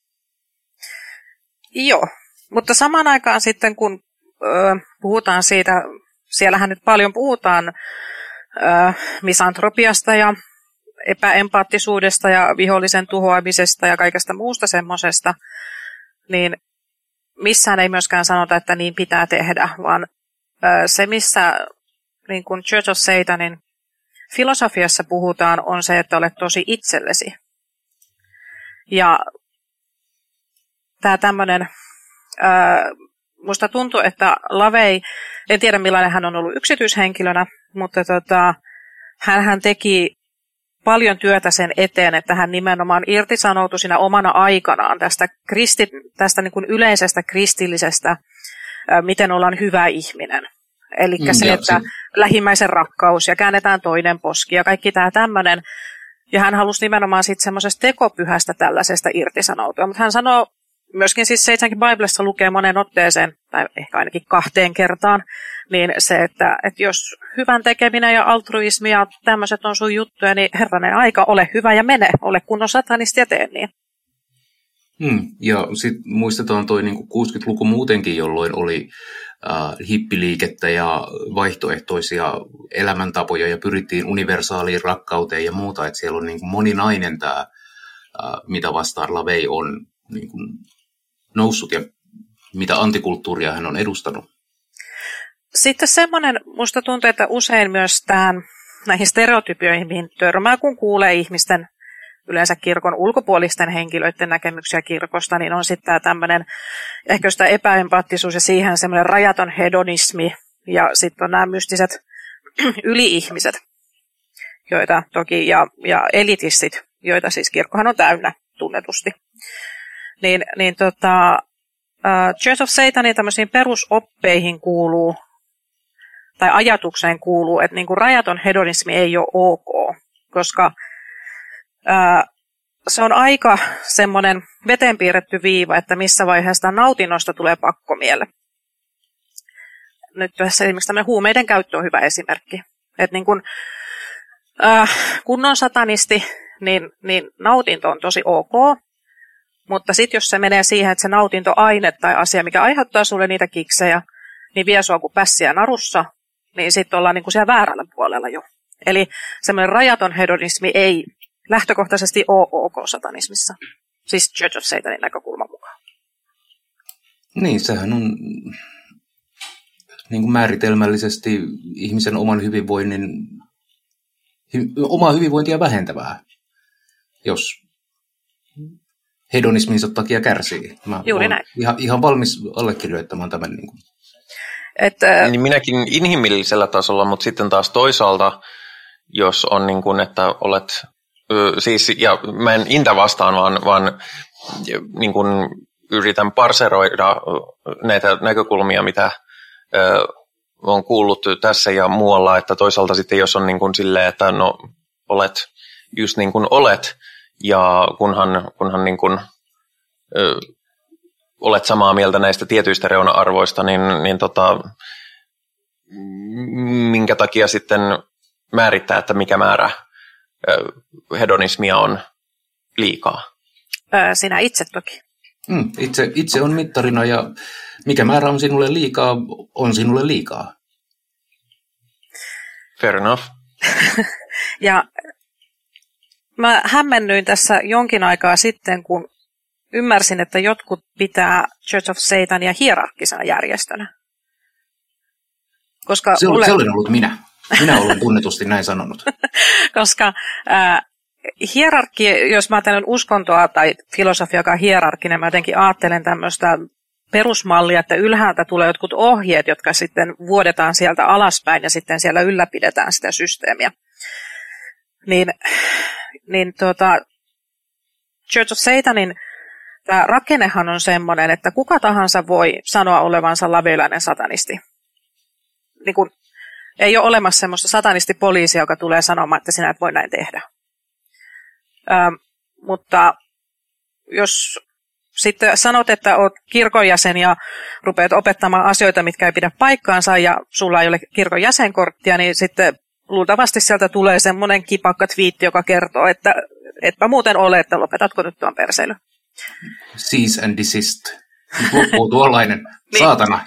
Joo, mutta samaan aikaan sitten, kun puhutaan siitä, siellähän nyt paljon puhutaan misantropiasta ja epäempaattisuudesta ja vihollisen tuhoamisesta ja kaikesta muusta semmoisesta, niin missään ei myöskään sanota, että niin pitää tehdä, vaan se, missä niin kuin Church of Satanin filosofiassa puhutaan, on se, että olet tosi itsellesi. Ja tämä tämmöinen, musta tuntuu, että LaVey, en tiedä millainen hän on ollut yksityishenkilönä, mutta hän teki paljon työtä sen eteen, että hän nimenomaan irtisanoutui siinä omana aikanaan tästä niin kuin yleisestä kristillisestä, miten ollaan hyvä ihminen. Eli se, että lähimmäisen rakkaus ja käännetään toinen poski ja kaikki tämä tämmöinen. Ja hän halusi nimenomaan sitten semmoisesta tekopyhästä tällaisesta irtisanoutua. Mutta hän sanoo myöskin siis Satankin Biblessa lukee monen otteeseen, tai ehkä ainakin 2 kertaan, niin se, että jos hyvän tekeminen ja altruismi ja tämmöiset on sun juttuja, niin herranen aika, ole hyvä ja mene, ole kunnon satanisti ja tee niin. Ja sitten muistetaan toi niin 60-luku muutenkin, jolloin oli hippiliikettä ja vaihtoehtoisia elämäntapoja ja pyrittiin universaaliin rakkauteen ja muuta, että siellä on niin kuin moninainen tämä, mitä vastaan LaVey on niin kuin noussut ja mitä antikulttuuria hän on edustanut. Sitten semmoinen, musta tuntuu, että usein myös näihin stereotypioihin törmää, kun kuulee ihmisten, yleensä kirkon ulkopuolisten henkilöiden näkemyksiä kirkosta, niin on sitten tämä tämmöinen ehkä sitä epäempaattisuus ja siihen semmoinen rajaton hedonismi ja sitten on nämä mystiset yli-ihmiset, joita toki, ja elitistit, joita siis kirkkohan on täynnä tunnetusti. Church of Satanin tämmöisiin perusoppeihin kuuluu, tai ajatukseen kuuluu, että niin kuin rajaton hedonismi ei ole ok, koska se on aika semmoinen veteen piirretty viiva, että missä vaiheessa nautinnosta tulee pakkomielle. Nyt tässä esimerkiksi tämmöinen huumeiden käyttö on hyvä esimerkki. Että niin kun on satanisti, niin nautinto on tosi ok, mutta sitten jos se menee siihen, että se nautintoaine tai asia, mikä aiheuttaa sulle niitä kiksejä, niin vie sua kuin pässiä narussa, niin sitten ollaan niin kuin siellä väärällä puolella jo. Eli semmoinen rajaton hedonismi ei lähtökohtaisesti ole ok satanismissa. Siis Church of Satanin näkökulman mukaan. Niin, sehän on niin kuin määritelmällisesti ihmisen omaa hyvinvointia vähentävää, jos hedonisminsa takia kärsii. Mä juuri näin. Ihan valmis allekirjoittamaan tämän. Niin kuin. Niin minäkin inhimillisellä tasolla, mutta sitten taas toisaalta, jos on niin kuin, että olet, siis, ja mä en intä vastaan, vaan niin kuin yritän parseroida näitä näkökulmia, mitä on kuullut tässä ja muualla, että toisaalta sitten jos on niin kuin silleen, että no olet just niin kuin olet, ja kunhan niin kuin, olet samaa mieltä näistä tietyistä reuna-arvoista, niin minkä takia sitten määrittää, että mikä määrä hedonismia on liikaa? Sinä itse toki. Itse on mittarina ja mikä määrä on sinulle liikaa, on sinulle liikaa. Fair enough. Ja mä hämmennyin tässä jonkin aikaa sitten, kun ymmärsin, että jotkut pitää Church of Satania hierarkkisena järjestönä. Koska se olen ollut minä. Minä olen tunnetusti näin sanonut. Koska hierarkki, jos mä ajattelen uskontoa tai filosofia, joka on hierarkkinen, mä jotenkin ajattelen tämmöistä perusmallia, että ylhäältä tulee jotkut ohjeet, jotka sitten vuodetaan sieltä alaspäin ja sitten siellä ylläpidetään sitä systeemiä. Niin Church of Satanin tämä rakennehan on semmoinen, että kuka tahansa voi sanoa olevansa laveilainen satanisti. Niin kun, ei ole olemassa semmoista satanistipoliisia, joka tulee sanomaan, että sinä et voi näin tehdä. Mutta jos sitten sanot, että olet kirkon jäsen ja rupeat opettamaan asioita, mitkä ei pidä paikkaansa ja sulla ei ole kirkon jäsenkorttia, niin sitten luultavasti sieltä tulee semmoinen kipakka twiitti, joka kertoo, että etpä muuten ole, että lopetatko nyt tuon perseily. Cease and desist. Loppuu tuollainen. Saatana.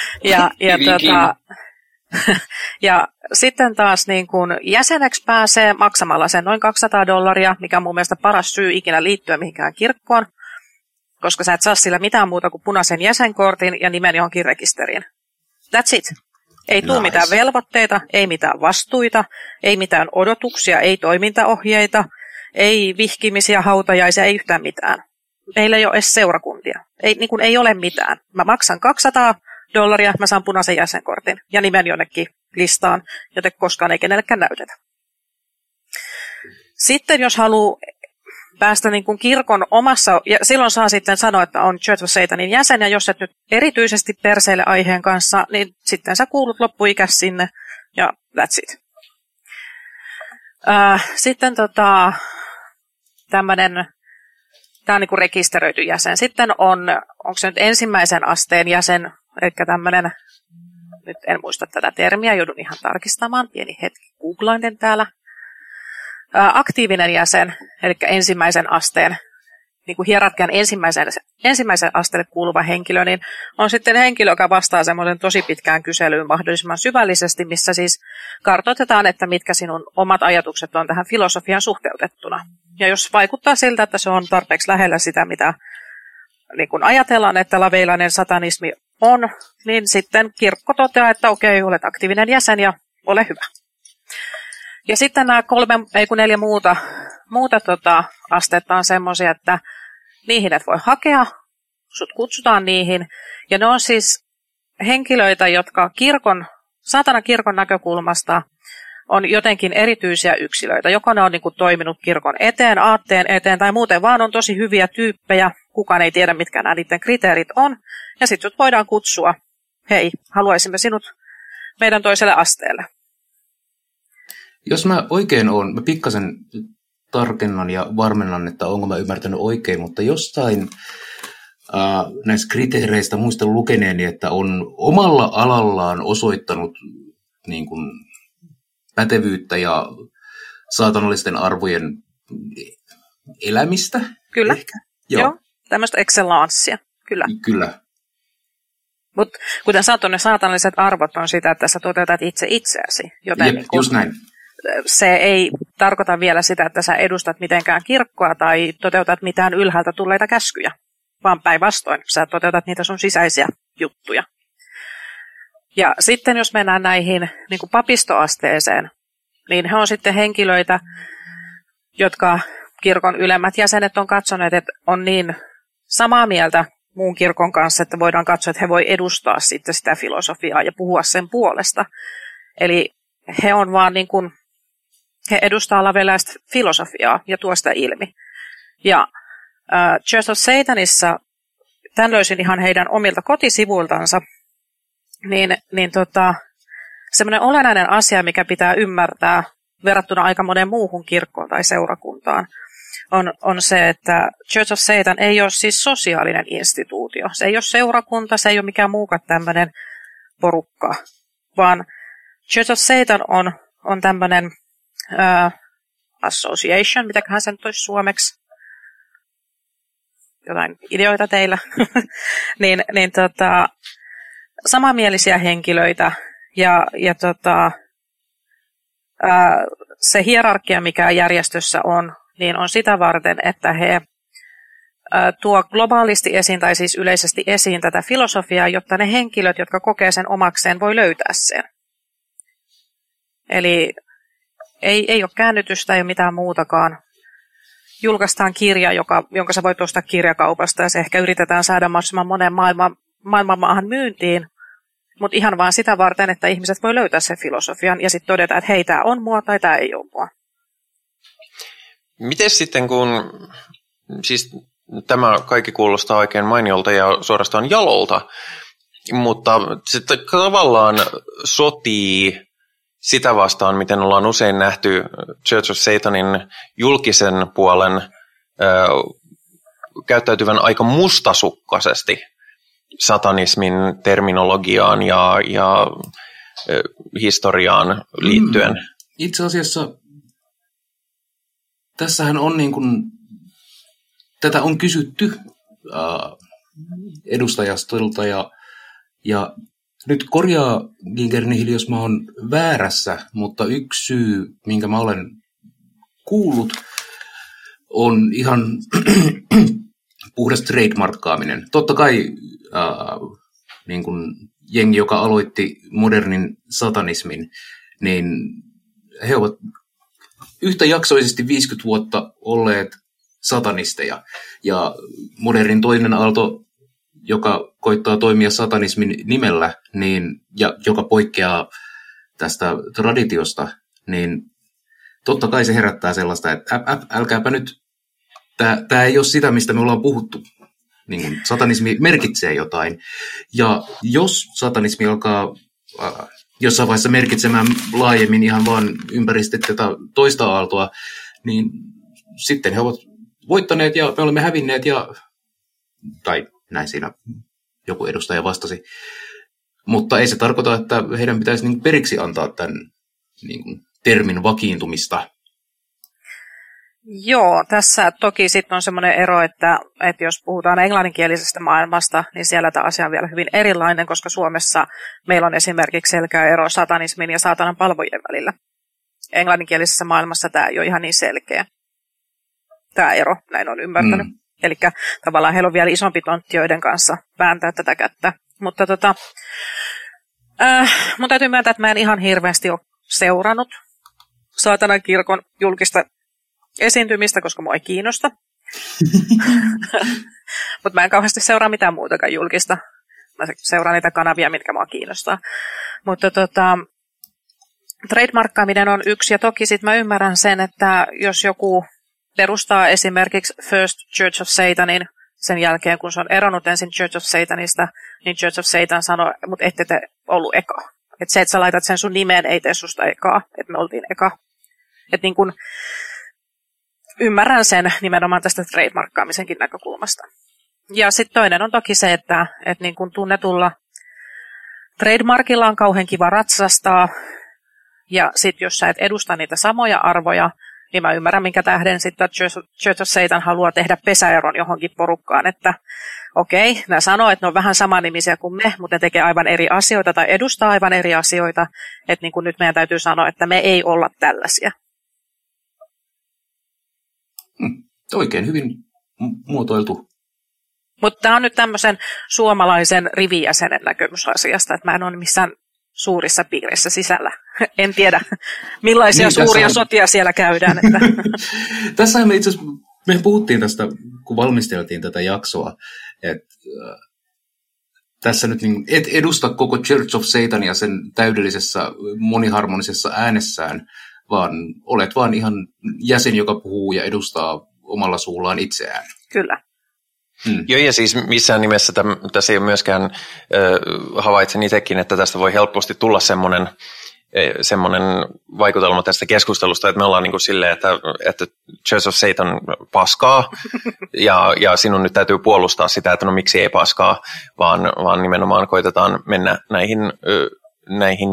Ja sitten taas niin kun jäseneksi pääsee maksamalla sen noin $200, mikä on mun mielestä paras syy ikinä liittyä mihinkään kirkkoon, koska sä et saa sillä mitään muuta kuin punaisen jäsenkortin ja nimen johonkin rekisteriin. That's it. Ei tule mitään velvoitteita, ei mitään vastuita, ei mitään odotuksia, ei toimintaohjeita, ei vihkimisiä, hautajaisia, ei yhtään mitään. Meillä ei ole edes seurakuntia. Ei ole mitään. Mä maksan $200, mä saan punaisen jäsenkortin ja nimen jonnekin listaan, joten koskaan ei kenellekään näytetä. Sitten jos haluaa päästä niin kuin kirkon omassa, ja silloin saa sitten sanoa, että on Church of Satanin jäsen, ja jos et nyt erityisesti perseille aiheen kanssa, niin sitten sä kuulut loppuikäs sinne, ja that's it. Sitten tämmöinen, tämä on niin kuin rekisteröity jäsen. Sitten onko se nyt ensimmäisen asteen jäsen, eli tämmöinen, nyt en muista tätä termiä, joudun ihan tarkistamaan, pieni hetki, googlainen täällä. Aktiivinen jäsen, eli ensimmäisen asteen, niin kuin hierarkian ensimmäisen asteelle kuuluva henkilö, niin on sitten henkilö, joka vastaa semmoisen tosi pitkään kyselyyn mahdollisimman syvällisesti, missä siis kartoitetaan, että mitkä sinun omat ajatukset on tähän filosofiaan suhteutettuna. Ja jos vaikuttaa siltä, että se on tarpeeksi lähellä sitä, mitä niin kun ajatellaan, että laveilainen satanismi on, niin sitten kirkko toteaa, että okei, olet aktiivinen jäsen ja ole hyvä. Ja sitten nämä 4 muuta astetta on semmoisia, että niihin et voi hakea, sut kutsutaan niihin. Ja ne on siis henkilöitä, jotka saatanan kirkon näkökulmasta on jotenkin erityisiä yksilöitä. Joko ne on niin kuin toiminut kirkon eteen, aatteen eteen tai muuten vaan on tosi hyviä tyyppejä. Kukaan ei tiedä, mitkä nämä niiden kriteerit on. Ja sitten sut voidaan kutsua, hei, haluaisimme sinut meidän toiselle asteelle. Jos mä oikein olen, mä pikkasen tarkennan ja varmennan, että onko mä ymmärtänyt oikein, mutta jostain näistä kriteereistä muistan lukeneeni, että on omalla alallaan osoittanut niin kuin, pätevyyttä ja saatanallisten arvojen elämistä. Kyllä, joo tämmöistä excellanssia, kyllä. Kyllä. Mutta kuten sanottu, ne saatanalliset arvot on sitä, että sä toteutat itse itseäsi. Joten Jep, just näin. Se ei tarkoita vielä sitä, että sä edustat mitenkään kirkkoa tai toteutat mitään ylhäältä tulleita käskyjä, vaan päinvastoin sä toteutat niitä sun sisäisiä juttuja. Ja sitten jos mennään näihin niin kuin papistoasteeseen, niin he on sitten henkilöitä, jotka kirkon ylemmät jäsenet on katsoneet, että on niin samaa mieltä muun kirkon kanssa, että voidaan katsoa, että he voi edustaa sitten sitä filosofiaa ja puhua sen puolesta. Eli he on vaan niin kuin, he edustaa laveilaista filosofiaa ja tuo sitä ilmi. Ja Church of Satanissa, tämän löysin ihan heidän omilta kotisivuiltansa, niin semmoinen olennainen asia, mikä pitää ymmärtää verrattuna aika monen muuhun kirkkoon tai seurakuntaan, on se, että Church of Satan ei ole siis sosiaalinen instituutio. Se ei ole seurakunta, se ei ole mikään muukaan tämmöinen porukka, vaan Church of Satan on tämmöinen association, mitäköhän se nyt olisi suomeksi. jotain ideoita teillä, niin samanmielisiä henkilöitä ja se hierarkia, mikä järjestössä on, niin on sitä varten, että he tuo globaalisti esiin tai siis yleisesti esiin tätä filosofiaa, jotta ne henkilöt, jotka kokee sen omakseen, voi löytää sen. Eli ei ole käännytystä, ei ole mitään muutakaan. Julkaistaan kirja, jonka sä voit ostaa kirjakaupasta, ja se ehkä yritetään saada mahdollisimman monen maailman maahan myyntiin, mutta ihan vaan sitä varten, että ihmiset voi löytää sen filosofian ja sitten todeta, että hei, tämä on mua tai tämä ei ole mua. Miten sitten, kun siis tämä kaikki kuulostaa oikein mainiolta ja suorastaan jalolta, mutta sitten tavallaan sotii sitä vastaan, miten ollaan usein nähty Church of Satanin julkisen puolen käyttäytyvän aika mustasukkaisesti satanismin terminologiaan ja historiaan liittyen. Itse asiassa tässähän on niin kuin, tätä on kysytty edustajastolta ja nyt korjaa Gingernihil, jos mä oon väärässä, mutta yksi syy, minkä mä olen kuullut, on ihan puhdas trademarkkaaminen. Totta kai niin kun jengi, joka aloitti modernin satanismin, niin he ovat yhtäjaksoisesti 50 vuotta olleet satanisteja. Ja modernin toinen aalto, joka koittaa toimia satanismin nimellä, niin, ja joka poikkeaa tästä traditiosta, niin totta kai se herättää sellaista, että älkääpä nyt, tämä ei ole sitä, mistä me ollaan puhuttu. Niin satanismi merkitsee jotain. Ja jos satanismi alkaa jossain vaiheessa merkitsemään laajemmin ihan vaan ympäri tätä toista aaltoa, niin sitten he ovat voittaneet ja me olemme hävinneet tai näin siinä joku edustaja vastasi. Mutta ei se tarkoita, että heidän pitäisi niin periksi antaa tämän niin termin vakiintumista. Joo, tässä toki sitten on semmoinen ero, että jos puhutaan englanninkielisestä maailmasta, niin siellä tämä asia on vielä hyvin erilainen, koska Suomessa meillä on esimerkiksi selkeä ero satanismin ja saatanan palvojien välillä. Englanninkielisessä maailmassa tämä ei ole ihan niin selkeä. Tämä ero, näin on ymmärtänyt. Eli tavallaan heillä on vielä isompi tontti, joiden kanssa vääntää tätä kättä. Mutta mun täytyy myöntää, että mä en ihan hirveästi ole seurannut saatanan kirkon julkista esiintymistä, koska mua ei kiinnosta. Mutta mä en kauheasti seuraa mitään muutakaan julkista. Mä seuraan niitä kanavia, mitkä mua kiinnostaa. Mutta trademarkkaaminen on yksi, ja toki sit mä ymmärrän sen, että jos joku perustaa esimerkiksi First Church of Satanin sen jälkeen, kun se on eronnut ensin Church of Satanista, niin Church of Satan sanoi, mutta ette te ollut eka. Että se, että sä laitat sen sun nimeen, ei tee susta ekaa, että me oltiin eka. Että niin kun ymmärrän sen nimenomaan tästä trademarkkaamisenkin näkökulmasta. Ja sitten toinen on toki se, että niin kun tunnetulla trademarkilla on kauhean kiva ratsastaa, ja sitten jos sä et edusta niitä samoja arvoja, niin mä ymmärrän, minkä tähden sitten Church of Satan haluaa tehdä pesäeron johonkin porukkaan, että okei, nämä sanoo, että ne on vähän samanimisiä kuin me, mutta ne tekee aivan eri asioita tai edustaa aivan eri asioita, että niin kuin nyt meidän täytyy sanoa, että me ei olla tällaisia. Oikein hyvin muotoiltu. Mutta tämä on nyt tämmöisen suomalaisen rivijäsenen näkemys asiasta, että mä en ole missään suurissa piireissä sisällä. En tiedä, millaisia niin, suuria sotia siellä käydään. Että. Tässähän me itse asiassa, me puhuttiin tästä, kun valmisteltiin tätä jaksoa, että tässä nyt niin, et edusta koko Church of Satania sen täydellisessä moniharmonisessa äänessään, vaan olet vaan ihan jäsen, joka puhuu ja edustaa omalla suullaan itseään. Kyllä. Joo, ja siis missään nimessä tässä ei ole myöskään, havaitsen itsekin, että tästä voi helposti tulla semmoinen vaikutelma tästä keskustelusta, että me ollaan niin kuin silleen, että Church of Satan paskaa, ja sinun nyt täytyy puolustaa sitä, että no miksi ei paskaa, vaan nimenomaan koitetaan mennä näihin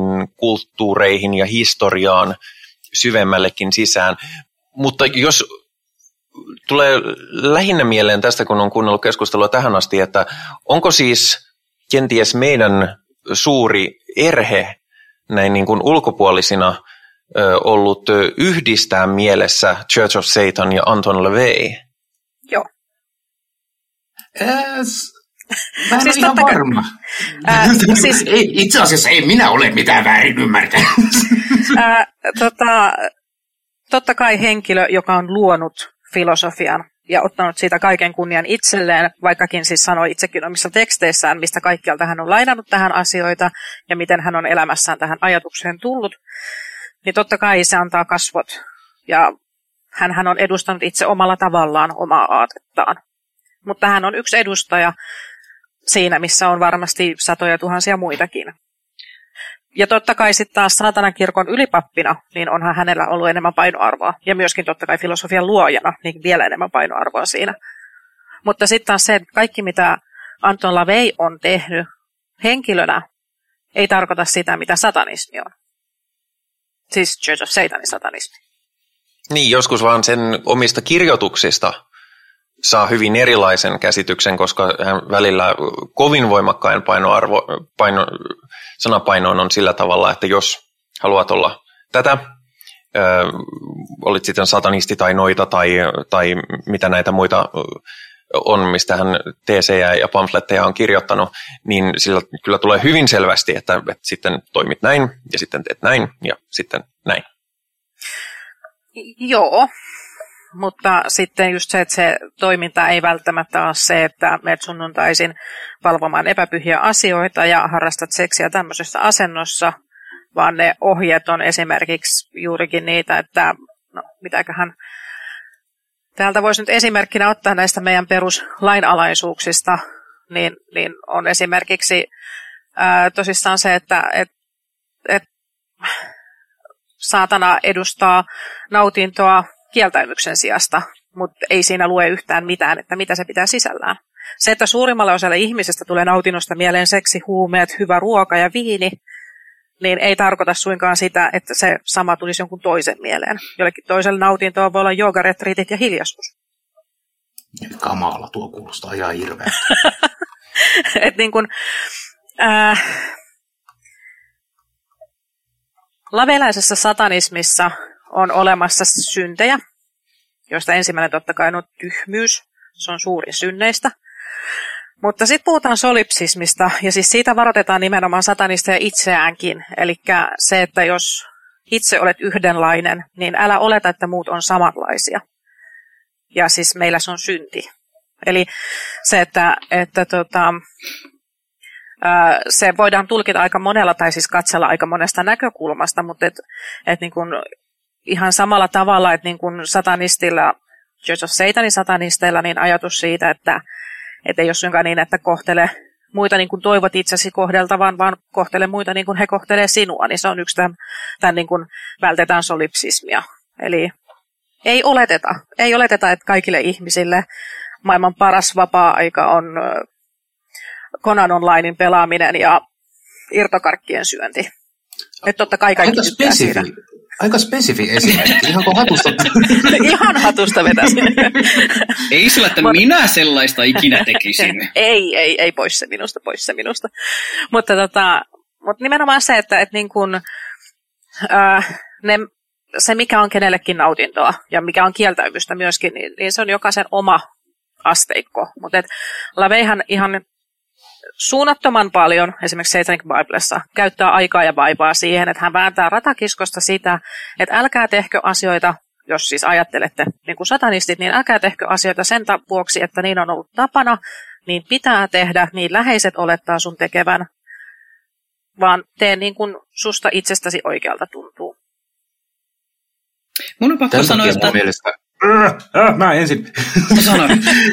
kulttuureihin ja historiaan syvemmällekin sisään. Mutta jos tulee lähinnä mieleen tästä, kun on kuunnellut keskustelua tähän asti, että onko siis kenties meidän suuri erhe näin niin kuin ulkopuolisina ollut yhdistää mielessä Church of Satan ja Anton LaVey? Joo. Mä en Siis ole ihan totta kai- varma. siis- Itse asiassa ei minä ole mitään väärin ymmärtänyt. Totta kai henkilö, joka on luonut filosofian ja ottanut siitä kaiken kunnian itselleen, vaikkakin siis sanoi itsekin omissa teksteissään, mistä kaikkialta hän on lainannut tähän asioita ja miten hän on elämässään tähän ajatukseen tullut, niin totta kai se antaa kasvot. Ja hän on edustanut itse omalla tavallaan omaa aatettaan. Mutta hän on yksi edustaja siinä, missä on varmasti satoja tuhansia muitakin. Ja totta kai sitten taas saatanan kirkon ylipappina, niin onhan hänellä ollut enemmän painoarvoa. Ja myöskin totta kai filosofian luojana, niin vielä enemmän painoarvoa siinä. Mutta sitten taas se, että kaikki mitä Anton LaVey on tehnyt henkilönä, ei tarkoita sitä, mitä satanismi on. Siis Church of Satanin satanismi. Niin, joskus vaan sen omista kirjoituksista saa hyvin erilaisen käsityksen, koska hän välillä kovin voimakkain sanapainoin on sillä tavalla, että jos haluat olla tätä, olit sitten satanisti tai noita tai mitä näitä muita on, mistä hän teesejä ja pamfletteja on kirjoittanut, niin sillä kyllä tulee hyvin selvästi, että sitten toimit näin ja sitten teet näin ja sitten näin. Joo, mutta sitten just se, että se toiminta ei välttämättä ole se, että menet sunnuntaisin valvomaan epäpyhiä asioita ja harrastat seksiä tämmöisessä asennossa, vaan ne ohjeet on esimerkiksi juurikin niitä, että no mitäköhän täältä voisi nyt esimerkkinä ottaa näistä meidän peruslainalaisuuksista, niin on esimerkiksi tosissaan se, että saatana edustaa nautintoa kieltäymyksen sijasta, mutta ei siinä lue yhtään mitään, että mitä se pitää sisällään. Se, että suurimmalle osalle ihmisestä tulee nautinnosta mieleen seksi, huumeet, hyvä ruoka ja viini, niin ei tarkoita suinkaan sitä, että se sama tulisi jonkun toisen mieleen. Jollekin toiselle nautintoa voi olla joogaretriitit ja hiljaisuus. Kamala, tuo kuulostaa ihan hirveä. Niin kun, laveilaisessa satanismissa on olemassa syntejä, joista ensimmäinen totta kai on tyhmyys. Se on suurin synneistä. Mutta sitten puhutaan solipsismista, ja siis siitä varoitetaan nimenomaan satanisteja itseäänkin. Eli se, että jos itse olet yhdenlainen, niin älä oleta, että muut on samanlaisia. Ja siis meillä se on synti. Eli se, että se voidaan tulkita aika monella, tai siis katsella aika monesta näkökulmasta, mutta niin kun ihan samalla tavalla, että niin kun satanistilla, Church of Satanin satanisteilla, niin ajatus siitä, että ei ole suinkaan niin, että kohtele muita niin kuin toivot itsesi kohdeltavan, vaan kohtele muita niin kuin he kohtelee sinua, niin se on yksi tämän niin kuin vältetään solipsismia. Eli ei oleteta, että kaikille ihmisille maailman paras vapaa-aika on Conan Onlinein pelaaminen ja irtokarkkien syönti. Nyt totta kai kaikki tykkää siitä. Aika spesifi esimerkki, ihan kuin hatusta. Ihan hatusta vetäisin. Ei sillä, että minä sellaista ikinä tekisin. Ei, pois se minusta. Mutta nimenomaan se, että niin kun, se mikä on kenellekin nautintoa ja mikä on kieltäymystä myöskin, niin se on jokaisen oma asteikko. Mutta LaVeyhan ihan suunnattoman paljon, esimerkiksi Satanic Biblessa, käyttää aikaa ja vaivaa siihen, että hän vääntää ratakiskosta sitä, että älkää tehkö asioita, jos siis ajattelette niin kuin satanistit, niin älkää tehkö asioita sen vuoksi, että niin on ollut tapana, niin pitää tehdä, niin läheiset olettaa sun tekevän, vaan tee niin kuin susta itsestäsi oikealta tuntuu. Mun on pakko sanoa, että... Mielestä... Mä ensin. Sano.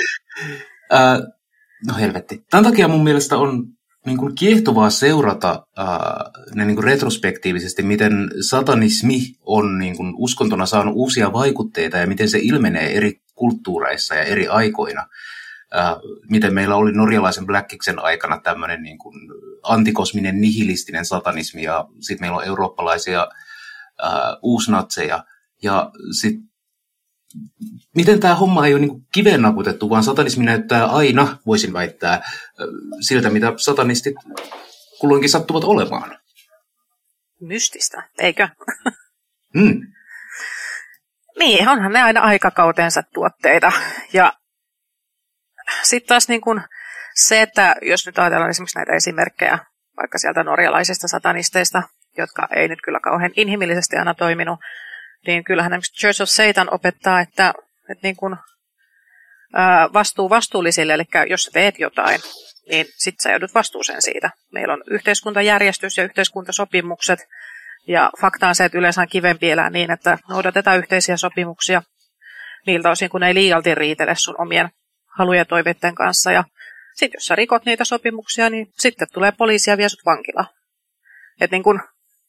No helvetti. Tämän takia mun mielestä on niin kuin kiehtovaa seurata niin kuin retrospektiivisesti, miten satanismi on niin kuin uskontona saanut uusia vaikutteita ja miten se ilmenee eri kulttuureissa ja eri aikoina. Miten meillä oli norjalaisen Blackiksen aikana tämmöinen niin kuin antikosminen nihilistinen satanismi ja sitten meillä on eurooppalaisia uusnatseja ja sitten miten tämä homma ei ole niin kiveen naputettu, vaan satanismi näyttää aina, voisin väittää, siltä, mitä satanistit kulloinkin sattuvat olemaan. Mystistä, eikö? Mm. Niin, onhan ne aina aikakautensa tuotteita. Ja sitten taas niin kun se, että jos nyt ajatellaan esimerkiksi näitä esimerkkejä, vaikka sieltä norjalaisista satanisteista, jotka ei nyt kyllä kauhean inhimillisesti aina toiminut, niin kyllähän esimerkiksi Church of Satan opettaa, että niin kun, vastuu vastuullisille, eli jos sä teet jotain, niin sit sä joudut vastuuseen siitä. Meillä on yhteiskuntajärjestys ja yhteiskuntasopimukset, ja fakta on se, että yleensä on kivempi elää niin, että noudatetaan yhteisiä sopimuksia niiltä osin, kun ei liialti riitele sun omien halujen ja toiveiden kanssa. Ja sitten jos sä rikot niitä sopimuksia, niin sitten tulee poliisi ja vie sut vankilaan. Et niin kun,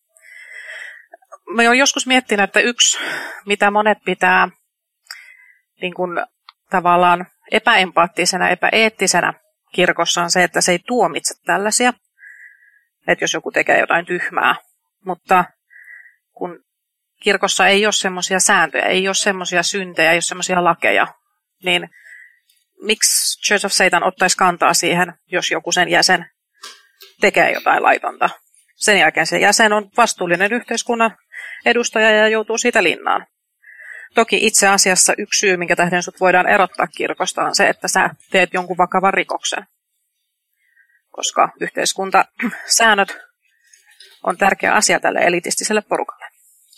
mä oon joskus miettinyt, että yksi, mitä monet pitää niin kun, tavallaan epäempaattisena, epäeettisenä kirkossa on se, että se ei tuomitse tällaisia, että jos joku tekee jotain tyhmää. Mutta kun kirkossa ei ole semmoisia sääntöjä, ei ole semmoisia syntejä, ei ole semmoisia lakeja, niin miksi Church of Satan ottaisi kantaa siihen, jos joku sen jäsen tekee jotain laitonta? Sen jälkeen se jäsen on vastuullinen yhteiskunnan edustaja ja joutuu siitä linnaan. Toki itse asiassa yksi syy, minkä tähden sut voidaan erottaa kirkosta, on se, että sä teet jonkun vakavan rikoksen. Koska yhteiskuntasäännöt on tärkeä asia tälle elitistiselle porukalle.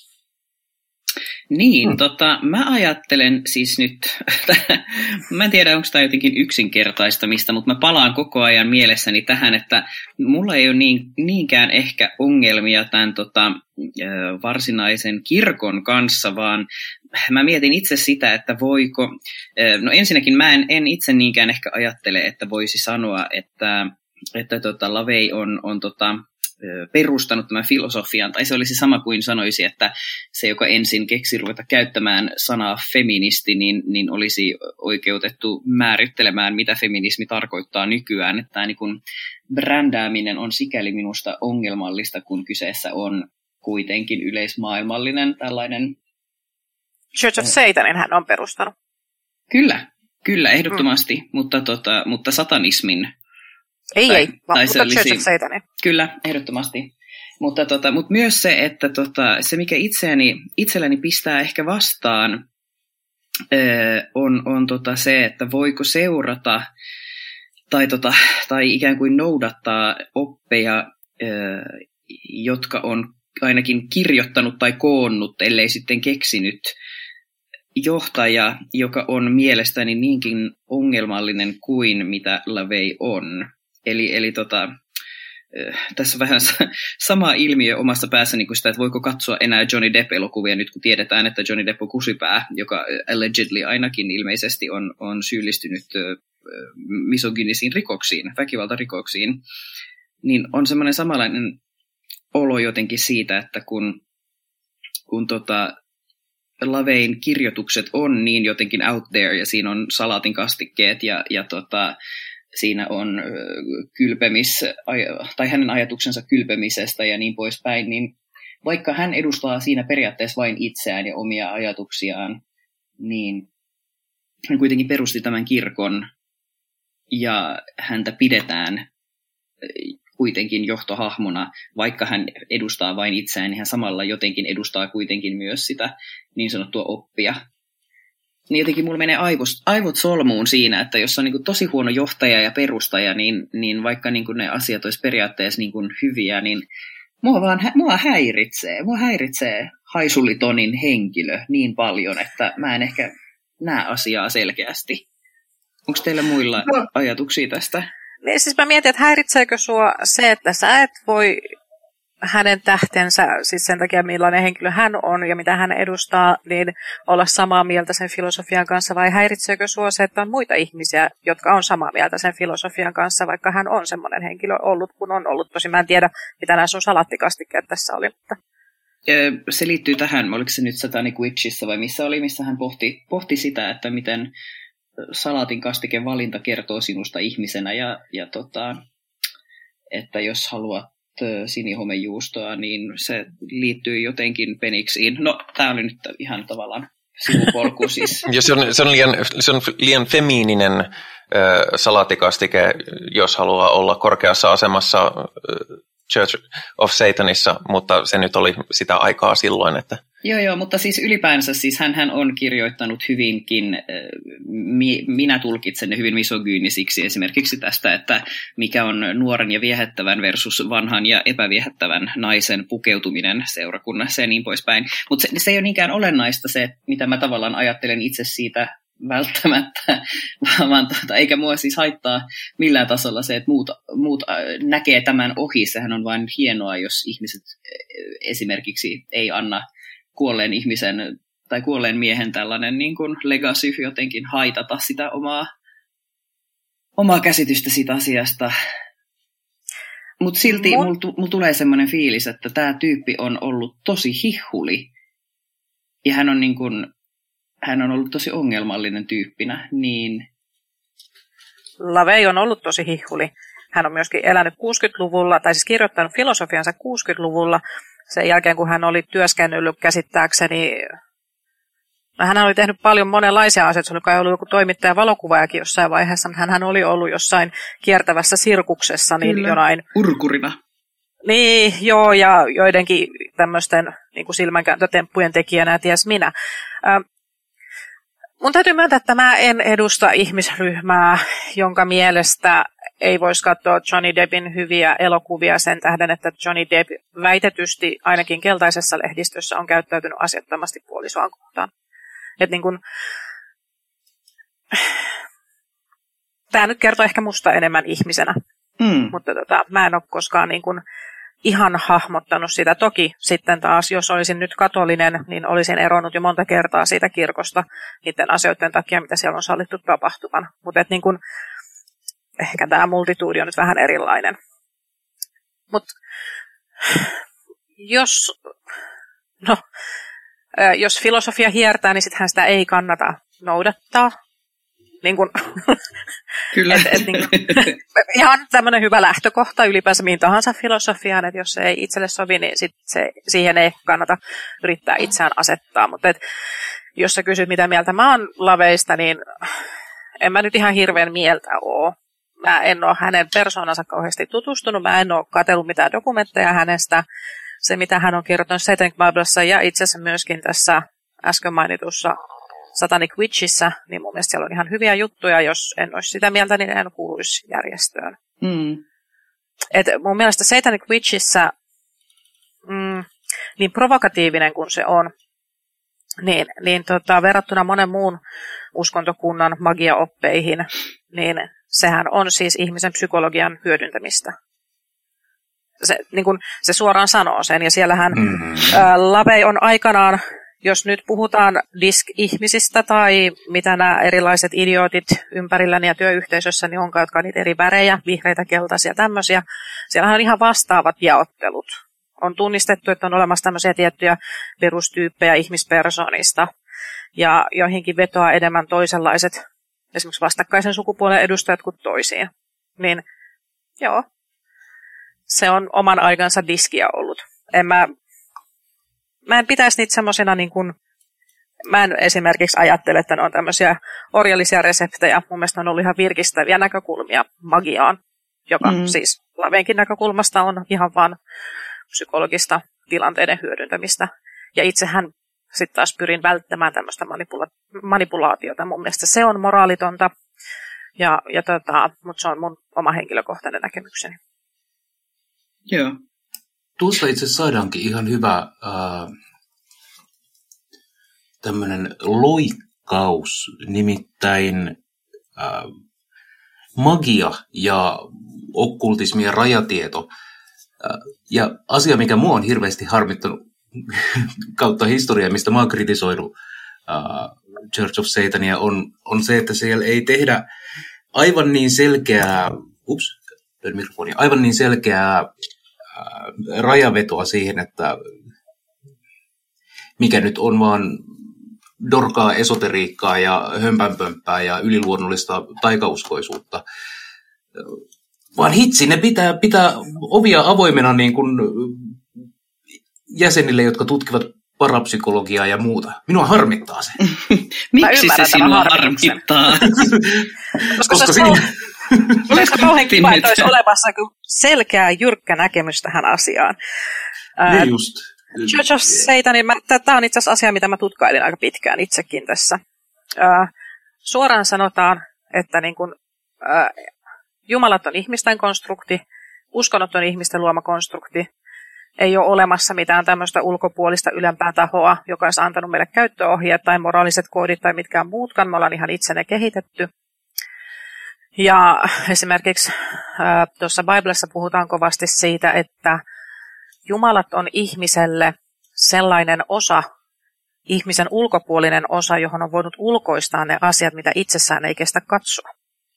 Niin, mä ajattelen siis nyt, mä en tiedä onko tämä jotenkin yksinkertaistamista, mutta mä palaan koko ajan mielessäni tähän, että mulla ei ole niinkään ehkä ongelmia tämän varsinaisen kirkon kanssa, vaan mä mietin itse sitä, että voiko, no ensinnäkin mä en itse niinkään ehkä ajattele, että voisi sanoa, että LaVey on perustanut tämän filosofian, tai se olisi sama kuin sanoisi, että se, joka ensin keksi ruveta käyttämään sanaa feministi, niin olisi oikeutettu määrittelemään, mitä feminismi tarkoittaa nykyään. Että tämä niin kuin brändääminen on sikäli minusta ongelmallista, kun kyseessä on kuitenkin yleismaailmallinen tällainen. Church of Satanin hän on perustanut. Kyllä, ehdottomasti, mutta satanismin. Mutta Church of Satanin. Kyllä, ehdottomasti. Mutta myös se, että se mikä itselläni pistää ehkä vastaan, on se, että voiko seurata tai ikään kuin noudattaa oppeja, jotka on ainakin kirjoittanut tai koonnut, ellei sitten keksinyt johtaja, joka on mielestäni niinkin ongelmallinen kuin mitä LaVey on. Eli tässä on vähän sama ilmiö omassa päässäni kuin sitä, että voiko katsoa enää Johnny Depp-elokuvia nyt, kun tiedetään, että Johnny Depp on kusipää, joka allegedly ainakin ilmeisesti on syyllistynyt misogynisiin rikoksiin, väkivaltarikoksiin, niin on semmoinen samanlainen olo jotenkin siitä, että kun LaVeyn kirjoitukset on niin jotenkin out there, ja siinä on salaatin kastikkeet, ja siinä on tai hänen ajatuksensa kylpemisestä ja niin poispäin, niin vaikka hän edustaa siinä periaatteessa vain itseään ja omia ajatuksiaan, niin hän kuitenkin perusti tämän kirkon, ja häntä pidetään kuitenkin johtohahmona, vaikka hän edustaa vain itseään, niin hän samalla jotenkin edustaa kuitenkin myös sitä niin sanottua oppia. Niin jotenkin mulla menee aivot solmuun siinä, että jos on niin kuin tosi huono johtaja ja perustaja, niin vaikka niin kuin ne asiat olisi periaatteessa niin kuin hyviä, niin mua häiritsee Haisulitonin henkilö niin paljon, että mä en ehkä näe asiaa selkeästi. Onko teillä muilla ajatuksia tästä? Niin, siis mä mietin, että häiritseekö sua se, että sä et voi hänen tähtensä, siis sen takia millainen henkilö hän on ja mitä hän edustaa, niin olla samaa mieltä sen filosofian kanssa, vai häiritseekö sua se, että on muita ihmisiä, jotka on samaa mieltä sen filosofian kanssa, vaikka hän on semmoinen henkilö ollut, kun on ollut. Tosin mä en tiedä, mitä nämä sun salattikastikkeet tässä oli. Mutta se liittyy tähän, oliko se nyt Satanic Witchissä vai missä oli, missä hän pohti sitä, että miten salaatin kastike valinta kertoo sinusta ihmisenä ja että jos haluat sinihomejuustoa, niin se liittyy jotenkin peniksiin. No, tämä oli nyt ihan tavallaan sivupolku siis. Ja se on liian femiininen salaatikastike, jos haluaa olla korkeassa asemassa Church of Satanissa, mutta se nyt oli sitä aikaa silloin, että... Joo, mutta siis ylipäänsä siis hän on kirjoittanut hyvinkin, minä tulkitsen ne hyvin misogyynisiksi esimerkiksi tästä, että mikä on nuoren ja viehättävän versus vanhan ja epäviehättävän naisen pukeutuminen seurakunnassa ja niin poispäin. Mutta se ei ole niinkään olennaista se, mitä mä tavallaan ajattelen itse siitä välttämättä, vaan eikä mua siis haittaa millään tasolla se, että muut näkee tämän ohi. Sehän on vain hienoa, jos ihmiset esimerkiksi ei anna kuolleen ihmisen tai kuolleen miehen tällainen niin kuin legacy jotenkin haitata sitä omaa käsitystä siitä asiasta. Mutta silti mulla tulee semmoinen fiilis, että tämä tyyppi on ollut tosi hihhuli ja hän on ollut tosi ongelmallinen tyyppinä, niin... LaVey on ollut tosi hihhuli. Hän on myöskin elänyt 60-luvulla, tai siis kirjoittanut filosofiansa 60-luvulla, sen jälkeen kun hän oli työskennellyt käsittääkseni... Hän oli tehnyt paljon monenlaisia asioita, se oli ollut joku toimittaja valokuvaajakin jossain vaiheessa, mutta hän oli ollut jossain kiertävässä sirkuksessa. Niin jonain... urkurina. Niin, joo, ja joidenkin tämmöisten niin kuin silmänkääntötemppujen tekijänä ja ties minä. Mun täytyy myöntää, että mä en edusta ihmisryhmää, jonka mielestä ei voisi katsoa Johnny Deppin hyviä elokuvia sen tähden, että Johnny Depp väitetysti ainakin keltaisessa lehdistössä on käyttäytynyt asiattomasti puolisoaan kohtaan. Et niin kun... Tämä nyt kertoo ehkä musta enemmän ihmisenä, mutta mä en ole koskaan niin kun ihan hahmottanut sitä. Toki sitten taas, jos olisin nyt katolinen, niin olisin eronnut jo monta kertaa siitä kirkosta niiden asioiden takia, mitä siellä on sallittu tapahtuvan. Mutta niin kun, ehkä tämä multituudi on nyt vähän erilainen. Mutta jos filosofia hiertää, niin sittenhän sitä ei kannata noudattaa. Niin kun, kyllä. Ihan tämmöinen hyvä lähtökohta ylipäänsä mihin tahansa filosofiaan, että jos se ei itselle sovi, niin siihen ei kannata yrittää itseään asettaa. Mutta jos sä kysyt, mitä mieltä mä oon LaVeysta, niin en mä nyt ihan hirveän mieltä ole. Mä en ole hänen persoonansa kauheasti tutustunut, mä en ole katsellut mitään dokumentteja hänestä. Se, mitä hän on kirjoittanut Satanic Biblessa ja itse asiassa myöskin tässä äsken mainitussa Satanic Witchissä, niin mun mielestä siellä on ihan hyviä juttuja. Jos en olisi sitä mieltä, niin en kuuluisi järjestöön. Et mun mielestä Satanic Witchissä, niin provokatiivinen kuin se on, niin verrattuna monen muun uskontokunnan magiaoppeihin, niin sehän on siis ihmisen psykologian hyödyntämistä. Se suoraan sanoo sen, ja siellähän LaVey on aikanaan, jos nyt puhutaan disk-ihmisistä tai mitä nämä erilaiset idiootit ympärilläni ja työyhteisössä, niin onkaan, jotka on niitä eri värejä, vihreitä, keltaisia, tämmöisiä. Siellähän on ihan vastaavat jaottelut. On tunnistettu, että on olemassa tämmöisiä tiettyjä perustyyppejä ihmispersoonista, ja joihinkin vetoaa enemmän toisenlaiset, esimerkiksi vastakkaisen sukupuolen edustajat kuin toisiin. Niin joo, se on oman aikansa diskiä ollut. Mä en pitäisi niitä semmoisena, niin kuin, mä en esimerkiksi ajattele, että ne on tämmöisiä orjallisia reseptejä. Mun mielestä on ollut ihan virkistäviä näkökulmia magiaan, joka siis LaVeynkin näkökulmasta on ihan vaan psykologista tilanteiden hyödyntämistä. Ja itsehän sitten taas pyrin välttämään tämmöistä manipulaatiota. Mun mielestä se on moraalitonta, mutta se on mun oma henkilökohtainen näkemykseni. Joo. Tuosta itse saadaankin ihan hyvä tämmöinen loikkaus, nimittäin magia ja okkultismi ja rajatieto. Ja asia, mikä mua on hirveästi harmittanut kautta historiaa, mistä mä oon kritisoinut Church of Satania, on se, että siellä ei tehdä aivan niin selkeää, rajavetoa siihen, että mikä nyt on vaan dorkaa esoteriikkaa ja hömpänpömppää ja yliluonnollista taikauskoisuutta. Vaan hitsi, ne pitää ovia avoimena niin kuin jäsenille, jotka tutkivat parapsykologiaa ja muuta. Minua harmittaa se. Miksi se sinua harmittaa? Koska siinä... Olisi kauhean kiva, että olisi olemassa selkeä, jyrkkä näkemys tähän asiaan. Just. Church of Satanin, tämä on itse asiassa asia, mitä mä tutkailin aika pitkään itsekin tässä. Suoraan sanotaan, että niin kun, jumalat on ihmisten konstrukti, uskonnot on ihmisten luoma konstrukti. Ei ole olemassa mitään tämmöistä ulkopuolista ylempää tahoa, joka olisi antanut meille käyttöohjeet tai moraaliset koodit tai mitkään muutkaan. Me ollaan ihan itse ne kehitetty. Ja esimerkiksi tuossa Biblessa puhutaan kovasti siitä, että jumalat on ihmiselle sellainen osa, ihmisen ulkopuolinen osa, johon on voinut ulkoistaa ne asiat, mitä itsessään ei kestä katsoa.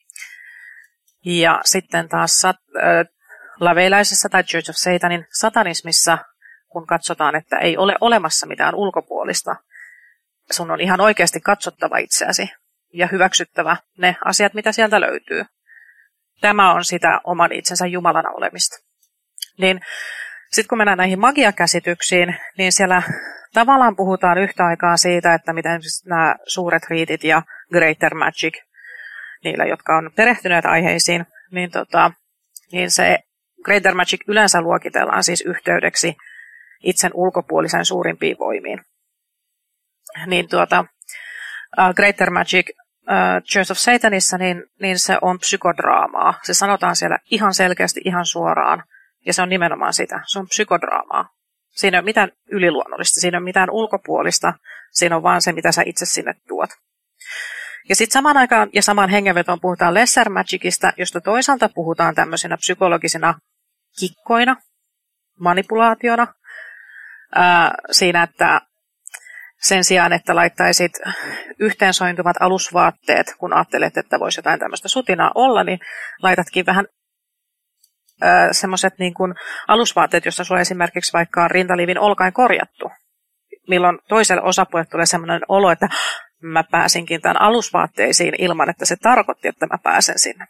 Ja sitten taas laveilaisessa tai Church of Satanin satanismissa, kun katsotaan, että ei ole olemassa mitään ulkopuolista, sun on ihan oikeasti katsottava itseäsi ja hyväksyttävä ne asiat, mitä sieltä löytyy. Tämä on sitä oman itsensä Jumalana olemista. Niin sitten kun mennään näihin magiakäsityksiin, niin siellä tavallaan puhutaan yhtä aikaa siitä, että miten nämä suuret riitit ja greater magic, niillä, jotka on perehtyneet aiheisiin, niin se greater magic yleensä luokitellaan siis yhteydeksi itsen ulkopuolisen suurimpiin voimiin. Niin greater magic Church of Satanissa, niin se on psykodraamaa. Se sanotaan siellä ihan selkeästi, ihan suoraan. Ja se on nimenomaan sitä. Se on psykodraamaa. Siinä ei ole mitään yliluonnollista, siinä ei ole mitään ulkopuolista. Siinä on vaan se, mitä sä itse sinne tuot. Ja sitten samaan aikaan ja samaan hengenvetoon puhutaan lesser magicista, josta toisaalta puhutaan tämmöisenä psykologisina kikkoina, manipulaationa. Siinä, että sen sijaan, että laittaisit yhteensointuvat alusvaatteet, kun ajattelet, että voisi jotain tämmöistä sutinaa olla, niin laitatkin vähän semmoiset niin kuin alusvaatteet, jossa sulla esimerkiksi vaikka on rintaliivin olkain korjattu, milloin toiselle osapuolelle tulee semmoinen olo, että mä pääsinkin tämän alusvaatteisiin ilman, että se tarkoitti, että mä pääsen sinne.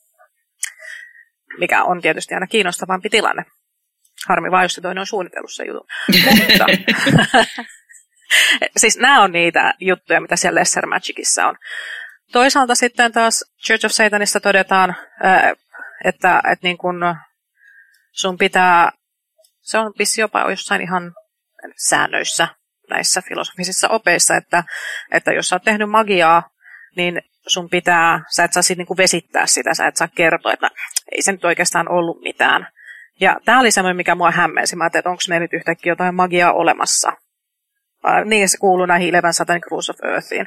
Mikä on tietysti aina kiinnostavampi tilanne. Harmi vaan, jos se toinen on suunnitellut sen jutun. Mutta siis nämä on niitä juttuja, mitä siellä Lesser Magicissa on. Toisaalta sitten taas Church of Satanista todetaan, että niin kun sun pitää, se on vissi jopa jossain ihan säännöissä näissä filosofisissa opeissa, että jos sä oot tehnyt magiaa, niin sun pitää, sä et saa niin kuin vesittää sitä, sä et saa kertoa, että ei se nyt oikeastaan ollut mitään. Ja tämä oli semmoinen, mikä mua hämmensi. Mä ajattelin, että onko meillä nyt yhtäkkiä jotain magiaa olemassa. Niin se kuuluu näihin 11 Satanic Rules of Earthiin.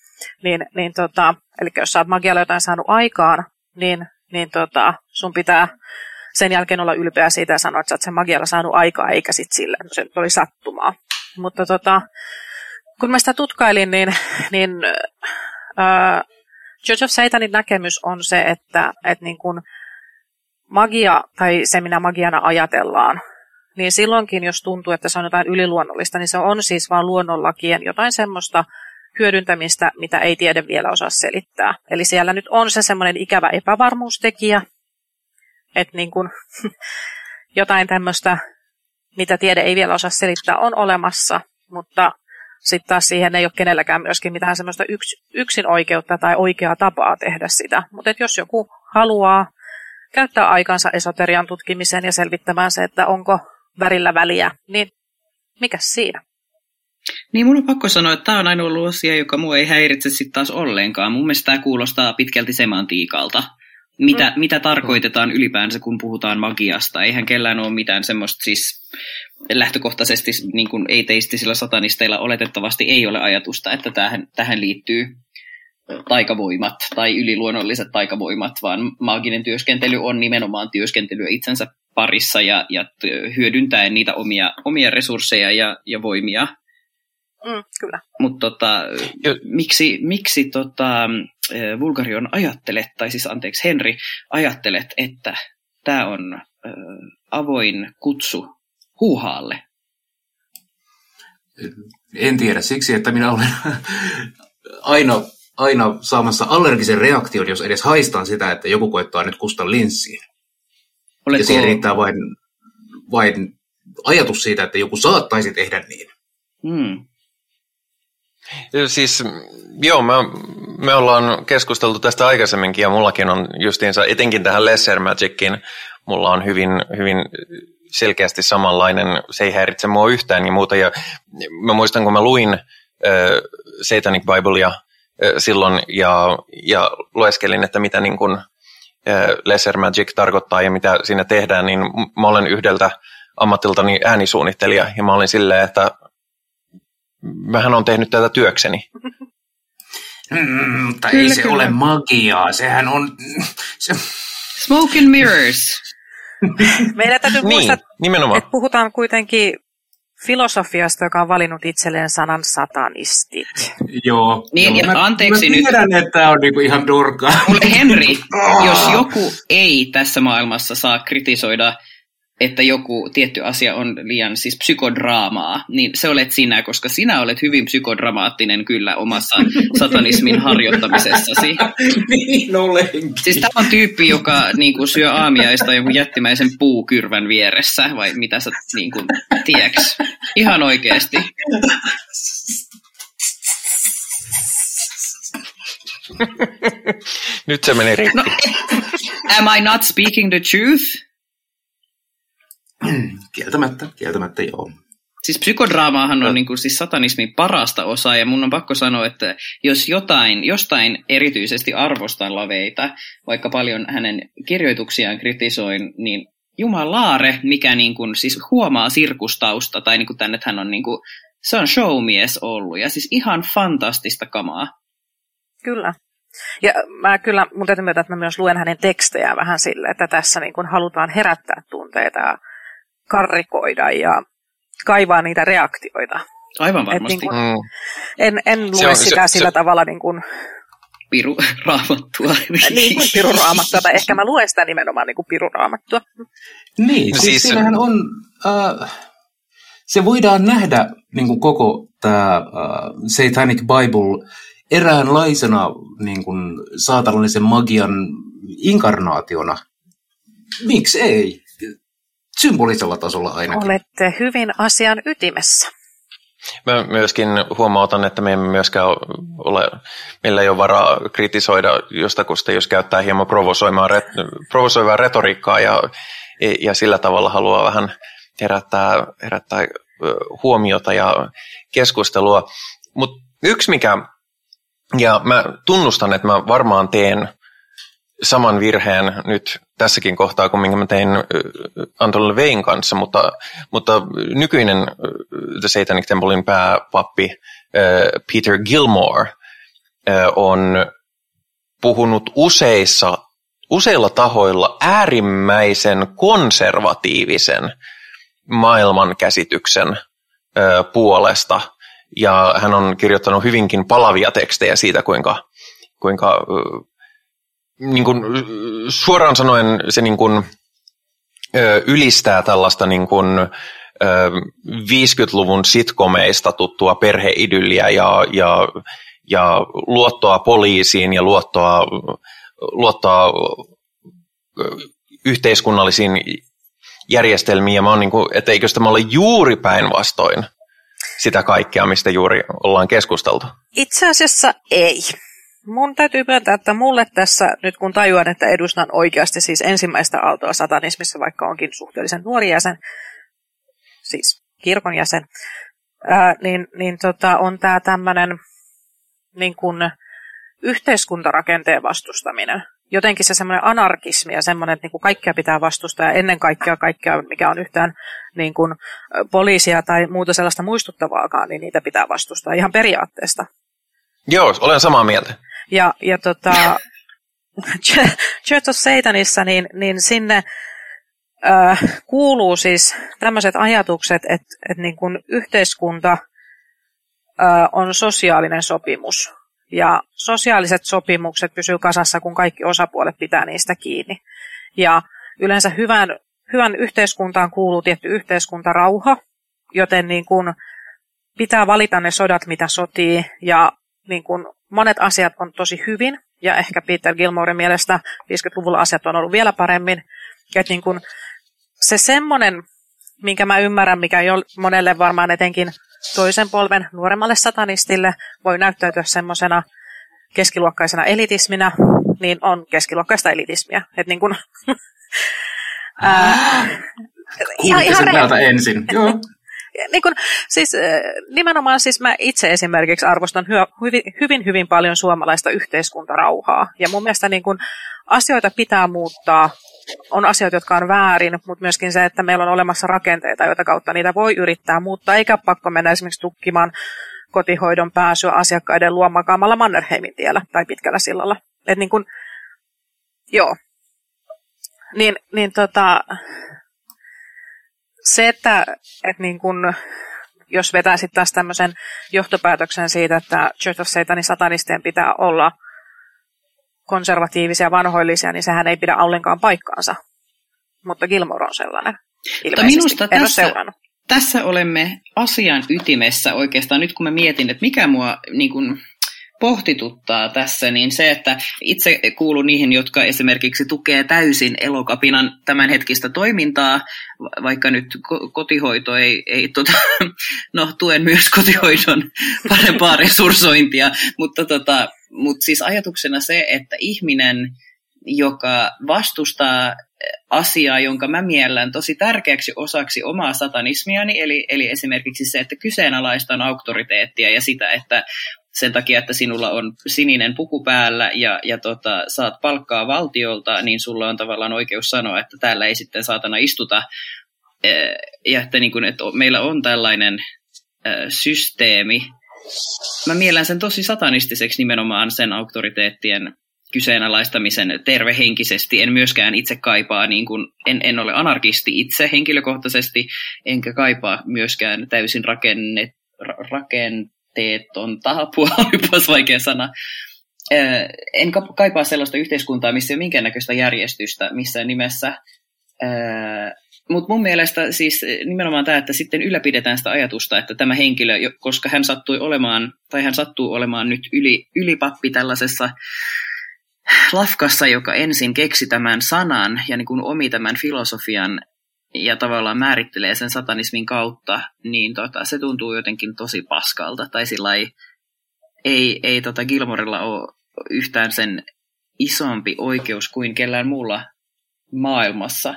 Eli jos sä oot magialla jotain saanut aikaan, niin sun pitää sen jälkeen olla ylpeä siitä ja sanoa, että sä oot sen magialla saanut aikaa, eikä sit sille. Se oli sattumaa. Mutta kun mä sitä tutkailin, niin Church of Satanin näkemys on se, että niin kun magia, tai se minä magiana ajatellaan, niin silloinkin, jos tuntuu, että se on jotain yliluonnollista, niin se on siis vaan luonnonlakien jotain semmoista hyödyntämistä, mitä ei tiede vielä osaa selittää. Eli siellä nyt on se semmoinen ikävä epävarmuustekijä, että niin kun jotain tämmöistä, mitä tiede ei vielä osaa selittää, on olemassa, mutta sitten taas siihen ei ole kenelläkään myöskin mitään semmoista yksin oikeutta tai oikeaa tapaa tehdä sitä. Mutta jos joku haluaa käyttää aikansa esoterian tutkimiseen ja selvittämään se, että onko värillä väliä, niin mikäs siinä? Niin mun on pakko sanoa, että tämä on aina ollut asia, joka mua ei häiritse sitten taas ollenkaan. Mun mielestä tämä kuulostaa pitkälti semantiikalta. Mitä tarkoitetaan ylipäänsä, kun puhutaan magiasta? Eihän kellään ole mitään semmoista siis lähtökohtaisesti niin kuin ei-teistisillä satanisteilla oletettavasti ei ole ajatusta, että tähän liittyy taikavoimat tai yliluonnolliset taikavoimat, vaan maaginen työskentely on nimenomaan työskentelyä itsensä parissa ja hyödyntäen niitä omia resursseja ja voimia. Kyllä. Mutta miksi Vulgarion ajattelet, tai siis anteeksi Henri, ajattelet, että tämä on avoin kutsu huuhaalle? En tiedä, siksi että minä olen aina saamassa allergisen reaktion, jos edes haistan sitä, että joku koettaa nyt kustaa linssiin. Ja siihen riittää vain ajatus siitä, että joku saattaisi tehdä niin. Siis, joo, me ollaan keskusteltu tästä aikaisemminkin, ja mullakin on justiinsa, etenkin tähän Lesser Magicin, mulla on hyvin, hyvin selkeästi samanlainen, se ei häiritse mua yhtään ja muuta, ja mä muistan, kun mä luin Satanic Biblea silloin, ja lueskelin, että mitä niin kuin Lesser Magic tarkoittaa ja mitä siinä tehdään, niin mä olen yhdeltä ammatiltani äänisuunnittelija, ja mä olin silleen, että mähän on tehnyt tätä työkseni. Mutta ei se ole magiaa, sehän on... Smoke and mirrors. Meidän täytyy muistaa, nimenomaan. että puhutaan kuitenkin filosofiasta, joka on valinnut itselleen sanan satanistit. Joo. Niin, ja anteeksi nyt. Mä tiedän, että tämä on niinku ihan dorkaa. Henry, jos joku ei tässä maailmassa saa kritisoida, että joku tietty asia on liian siis psykodraamaa, niin se olet sinä, koska sinä olet hyvin psykodramaattinen kyllä omassa satanismin harjoittamisessasi. Niin olenkin. Siis tämä on tyyppi, joka niin kuin, syö aamiaista jonkun jättimäisen puukyrvän vieressä, vai mitä sä niin kuin, tiedäks? Ihan oikeasti. Nyt se meni rikki. No, am I not speaking the truth? Kieltämättä joo. Siis psykodraamaahan on niin kuin, siis satanismin parasta osaa, ja mun on pakko sanoa, että jos jostain erityisesti arvostan Laveita, vaikka paljon hänen kirjoituksiaan kritisoin, niin jumalaare, mikä niin kuin, siis huomaa sirkustausta, tai niin kuin tänne, että hän on, niin kuin, se on showmies ollut, ja siis ihan fantastista kamaa. Kyllä. Ja mun täytyy myöntää, että mä myös luen hänen tekstejään vähän sille, että tässä niin kun halutaan herättää tunteita ja karrikoida ja kaivaa niitä reaktioita. Aivan varmasti. Niin kun, en lue sitä sillä tavalla niin kuin piruraamattua. Niin kuin piruraamattua, tai ehkä mä luen sitä nimenomaan niin kuin piruraamattua. Niin, siis siinähän on, se voidaan nähdä niin kuin koko tämä Satanic Bible eräänlaisena niin kuin saatanallisen magian inkarnaationa. Miksi ei? Symbolisella tasolla ainakin. Olette hyvin asian ytimessä. Mä myöskin huomautan, että me emme myöskään meillä ei ole varaa kritisoida jostakusta, jos käyttää hieman provosoivaa retoriikkaa ja sillä tavalla haluaa vähän herättää huomiota ja keskustelua. Mutta yksi mikä, ja mä tunnustan, että mä varmaan teen saman virheen nyt tässäkin kohtaa, kuin minkä mä tein Anton LaVeyn kanssa, mutta nykyinen The Satanic Templein pääpappi Peter Gilmore on puhunut useilla tahoilla äärimmäisen konservatiivisen maailmankäsityksen puolesta, ja hän on kirjoittanut hyvinkin palavia tekstejä siitä, kuinka niin kuin, suoraan sanoen se niin kuin, ylistää tällaista niin kuin, 50-luvun sitcomeista tuttua perheidylliä ja luottoa poliisiin ja luottoa yhteiskunnallisiin järjestelmiin. Ja mä oon niin kuin, että eikö tämä ole juuri päinvastoin sitä kaikkea, mistä juuri ollaan keskusteltu? Itse asiassa ei. Mun täytyy myöntää, että mulle tässä, nyt kun tajuan, että edustan oikeasti siis ensimmäistä aaltoa satanismissa, vaikka onkin suhteellisen nuori jäsen, siis kirkon jäsen, on tämä tämmöinen niin kuin yhteiskuntarakenteen vastustaminen. Jotenkin se semmoinen anarkismi ja semmoinen, että niin kuin kaikkea pitää vastustaa ja ennen kaikkea, mikä on yhtään niin kuin poliisia tai muuta sellaista muistuttavaakaan, niin niitä pitää vastustaa ihan periaatteesta. Joo, olen samaa mieltä. Ja Church of Satanissa, niin sinne kuuluu siis tämmöiset ajatukset, että niin kuin yhteiskunta on sosiaalinen sopimus. Ja sosiaaliset sopimukset pysyy kasassa, kun kaikki osapuolet pitää niistä kiinni. Ja yleensä hyvän yhteiskuntaan kuuluu tietty yhteiskuntarauha, joten niin kuin pitää valita ne sodat, mitä sotii, ja niin kuin monet asiat on tosi hyvin, ja ehkä Peter Gilmoren mielestä 50-luvulla asiat on ollut vielä paremmin. Että niin kuin se semmoinen, minkä mä ymmärrän, mikä jo monelle varmaan etenkin toisen polven nuoremmalle satanistille voi näyttäytyä semmoisena keskiluokkaisena elitisminä, niin on keskiluokkaista elitismiä. Että niin kuin, kuulitte sen täältä ensin. Joo. Niin kun, siis, nimenomaan siis mä itse esimerkiksi arvostan hyvin paljon suomalaista yhteiskuntarauhaa. Ja mun mielestä niin kun, asioita pitää muuttaa. On asioita, jotka on väärin, mutta myöskin se, että meillä on olemassa rakenteita, joita kautta niitä voi yrittää muuttaa, eikä pakko mennä esimerkiksi tukkimaan kotihoidon pääsyä asiakkaiden luo makaamalla Mannerheimin tiellä tai pitkällä sillalla. Et niin kun, joo. Se, että niin kun, jos vetäisit taas tämmöisen johtopäätöksen siitä, että Church of Satanin satanistien pitää olla konservatiivisia, vanhoillisia, niin sehän ei pidä ollenkaan paikkaansa. Mutta Gilmore on sellainen. Mutta minusta tässä olemme asian ytimessä oikeastaan nyt, kun mä mietin, että mikä mua niin kun pohtituttaa tässä, niin se, että itse kuulun niihin, jotka esimerkiksi tukee täysin Elokapinan tämänhetkistä toimintaa, vaikka nyt kotihoito ei tuen myös kotihoidon parempaa resurssointia, mutta siis ajatuksena se, että ihminen, joka vastustaa asiaa, jonka mä miellän tosi tärkeäksi osaksi omaa satanismiani, eli esimerkiksi se, että kyseenalaistan auktoriteettia ja sitä, että sen takia, että sinulla on sininen puku päällä ja saat palkkaa valtiolta, niin sulla on tavallaan oikeus sanoa, että täällä ei sitten saatana istuta. Ja että, niin kuin, että meillä on tällainen systeemi. Mä miellän sen tosi satanistiseksi nimenomaan sen auktoriteettien kyseenalaistamisen tervehenkisesti. En myöskään itse kaipaa, niin kuin, en ole anarkisti itse henkilökohtaisesti, enkä kaipaa myöskään täysin rakenteeton tahapua, olipas vaikea sana. En kaipaa sellaista yhteiskuntaa, missä ei ole minkäännäköistä järjestystä missään nimessä. Mutta mun mielestä siis nimenomaan tämä, että sitten ylläpidetään sitä ajatusta, että tämä henkilö, koska hän sattuu olemaan nyt ylipappi tällaisessa lafkassa, joka ensin keksi tämän sanan ja niin kuin omi tämän filosofian ja tavallaan määrittelee sen satanismin kautta, niin se tuntuu jotenkin tosi paskalta. Tai sillai ei Gilmorella ole yhtään sen isompi oikeus kuin kellään muulla maailmassa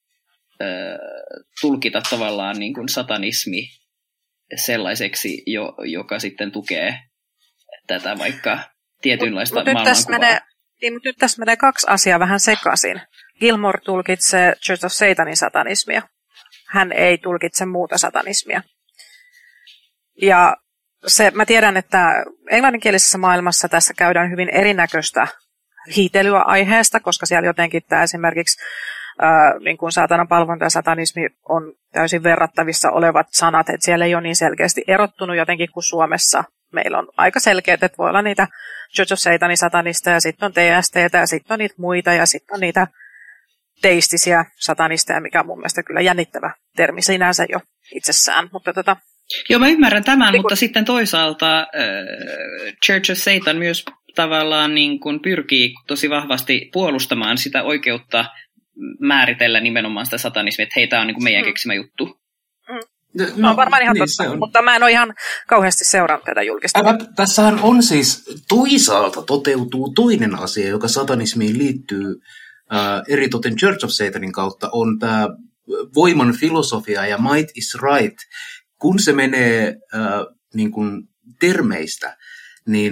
tulkita tavallaan niin kuin satanismi sellaiseksi, joka sitten tukee tätä vaikka tietynlaista maailmankuvaa. Mutta nyt tässä menee kaksi asiaa vähän sekaisin. Gilmore tulkitsee Church of Satanin satanismia. Hän ei tulkitse muuta satanismia. Ja mä tiedän, että englanninkielisessä maailmassa tässä käydään hyvin erinäköistä hiitelyä aiheesta, koska siellä jotenkin tämä esimerkiksi niin kuin saatanan palvonta ja satanismi on täysin verrattavissa olevat sanat, että siellä ei ole niin selkeästi erottunut jotenkin kuin Suomessa. Meillä on aika selkeät, että voi olla niitä Church of Satanin satanisteja, ja sitten on TST:tä, ja sitten on niitä muita, ja sitten on niitä teistisiä satanisteja, mikä on mun mielestä kyllä jännittävä termi sinänsä jo itsessään. Mutta Joo, mä ymmärrän tämän, mutta sitten toisaalta Church of Satan myös tavallaan niin kuin pyrkii tosi vahvasti puolustamaan sitä oikeutta määritellä nimenomaan sitä satanismia, että hei, tämä on niin kuin meidän keksimä juttu. No varmaan ihan niin, totta, mutta mä en ole ihan kauheasti seurannut tätä julkista. Tässähän on siis toisaalta toteutuu toinen asia, joka satanismiin liittyy eritoten Church of Satanin kautta, on tämä voiman filosofia ja might is right. Kun se menee niin kuin termeistä, niin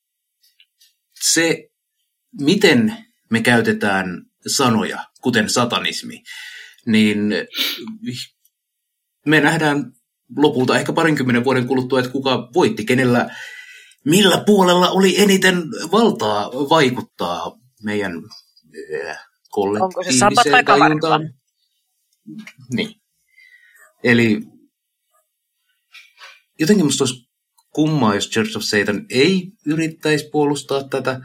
se, miten me käytetään sanoja, kuten satanismi, niin me nähdään lopulta ehkä 20 vuoden kuluttua, että kuka voitti, millä puolella oli eniten valtaa vaikuttaa meidän kollektiiviseen tajuntaan. Niin. Eli jotenkin musta olisi kummaa, jos Church of Satan ei yrittäisi puolustaa tätä.